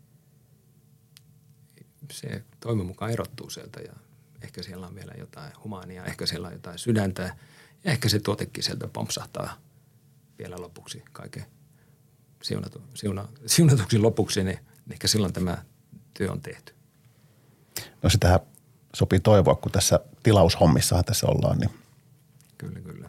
se toivon mukaan erottuu sieltä ja ehkä siellä on vielä jotain humaania, ehkä siellä on jotain sydäntä ja ehkä se tuotekin sieltä pompsahtaa vielä lopuksi kaiken siunatuksi lopuksi, niin ehkä silloin tämä työ on tehty. No sitähän sopii toivoa, kun tässä tilaushommissahan tässä ollaan. Niin. Kyllä.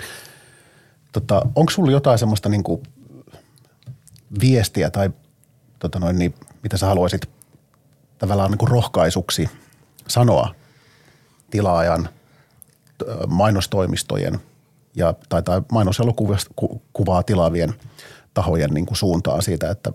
Onko sulla jotain semmoista niinku viestiä tai mitä sä haluaisit tavallaan niinku rohkaisuksi sanoa tilaajan, mainostoimistojen tai mainoselokuvaa tilaavien tahojen niinku suuntaan siitä, että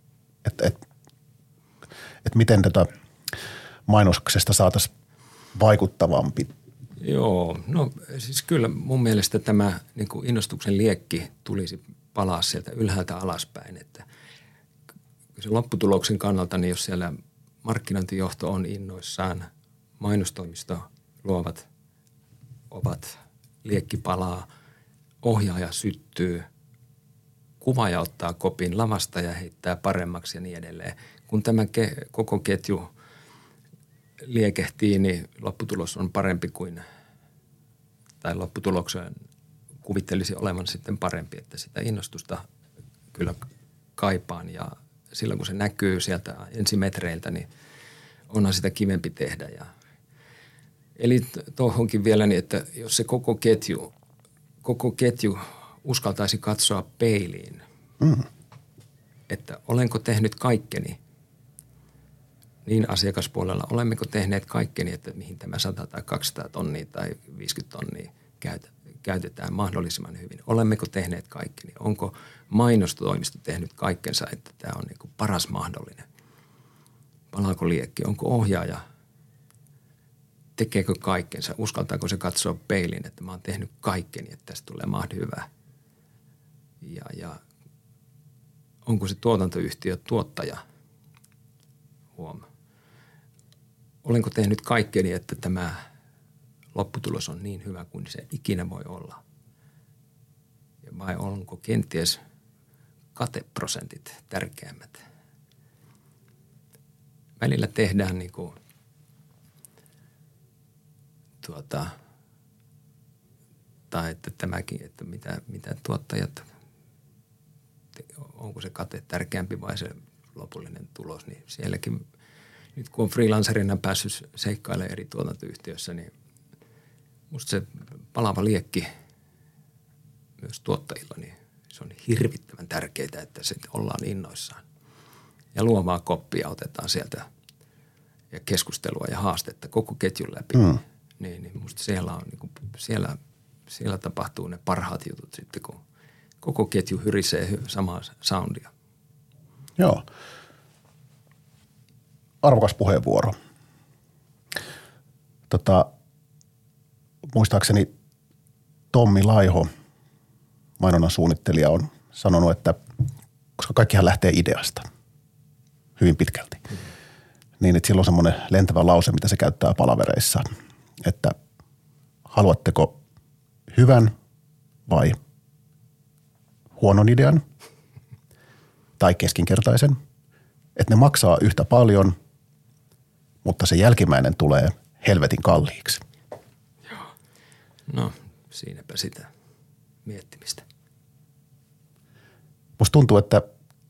miten tätä mainoksesta saataisiin vaikuttavampi? Joo, no siis kyllä mun mielestä tämä niin kuin innostuksen liekki tulisi palaa sieltä ylhäältä alaspäin, että se lopputuloksen kannalta, niin jos siellä markkinointijohto on innoissaan, mainostoimisto luovat ovat, liekki palaa, ohjaaja syttyy, kuvaaja ottaa kopin lavasta ja heittää paremmaksi ja niin edelleen. Kun tämä koko ketju liekehtii, niin lopputulos on parempi tai lopputuloksen kuvittelisi olevan sitten parempi, että sitä innostusta kyllä kaipaan ja silloin kun se näkyy sieltä ensimetreiltä, niin onhan sitä kivempi tehdä. Eli tuohonkin vielä niin, että jos se koko ketju uskaltaisi katsoa peiliin, että olenko tehnyt kaikkeni niin asiakaspuolella, olemmeko tehneet kaikkeni, että mihin tämä 100 tai 200 tonnia tai 50 tonnia käytetään mahdollisimman hyvin. Olemmeko tehneet kaikkeni? Onko mainostoimisto tehnyt kaikkensa, että tämä on niin kuin paras mahdollinen? Palaako liekki? Onko ohjaaja? Tekeekö kaikkensa? Uskaltaako se katsoa peiliin, että mä oon tehnyt kaikkeni, että tästä tulee mahdollinen hyvä? Ja onko se tuotantoyhtiö tuottaja? Olenko tehnyt kaikkeni, että tämä lopputulos on niin hyvä kuin se ikinä voi olla? Vai onko kenties kateprosentit tärkeämmät? Välillä tehdään niin kuin tai että tämäkin, että mitä tuottajat, onko se kate tärkeämpi vai se lopullinen tulos, niin sielläkin nyt kun on freelancerina päässyt seikkailemaan eri tuotantoyhtiöissä, niin musta se palava liekki myös tuottajilla, niin se on hirvittävän tärkeää, että sitten ollaan innoissaan. Ja luovaa koppia otetaan sieltä ja keskustelua ja haastetta koko ketjun läpi. Niin musta siellä on niin kuin, siellä tapahtuu ne parhaat jutut sitten, kun koko ketju hyrisee samaa soundia. Joo. Arvokas puheenvuoro. Muistaakseni Tommi Laiho, mainonnan suunnittelija, on sanonut, että koska kaikkihan lähtee ideasta hyvin pitkälti, niin että silloin on semmoinen lentävä lause, mitä se käyttää palavereissa, että haluatteko hyvän vai huonon idean tai keskinkertaisen, että ne maksaa yhtä paljon, mutta se jälkimmäinen tulee helvetin kalliiksi. Joo. No, siinäpä sitä miettimistä. Musta tuntuu, että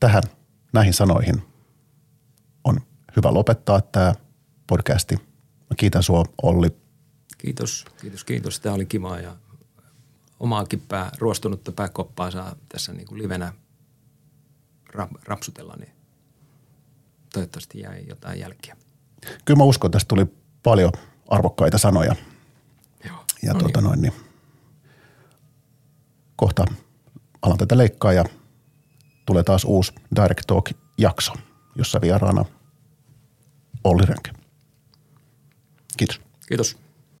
näihin sanoihin on hyvä lopettaa tämä podcasti. Mä Kiitän sua, Olli. Kiitos. Tämä oli kiva ja omaakin ruostunutta pääkoppaa saa tässä niin kuin livenä rapsutella, niin toivottavasti jäi jotain jälkiä. Kyllä mä uskon, että tästä tuli paljon arvokkaita sanoja. Joo. Ja niin kohta alan tätä leikkaa ja tulee taas uusi Direct Talk-jakso, jossa vieraana Olli Rönkä. Kiitos. Kiitos.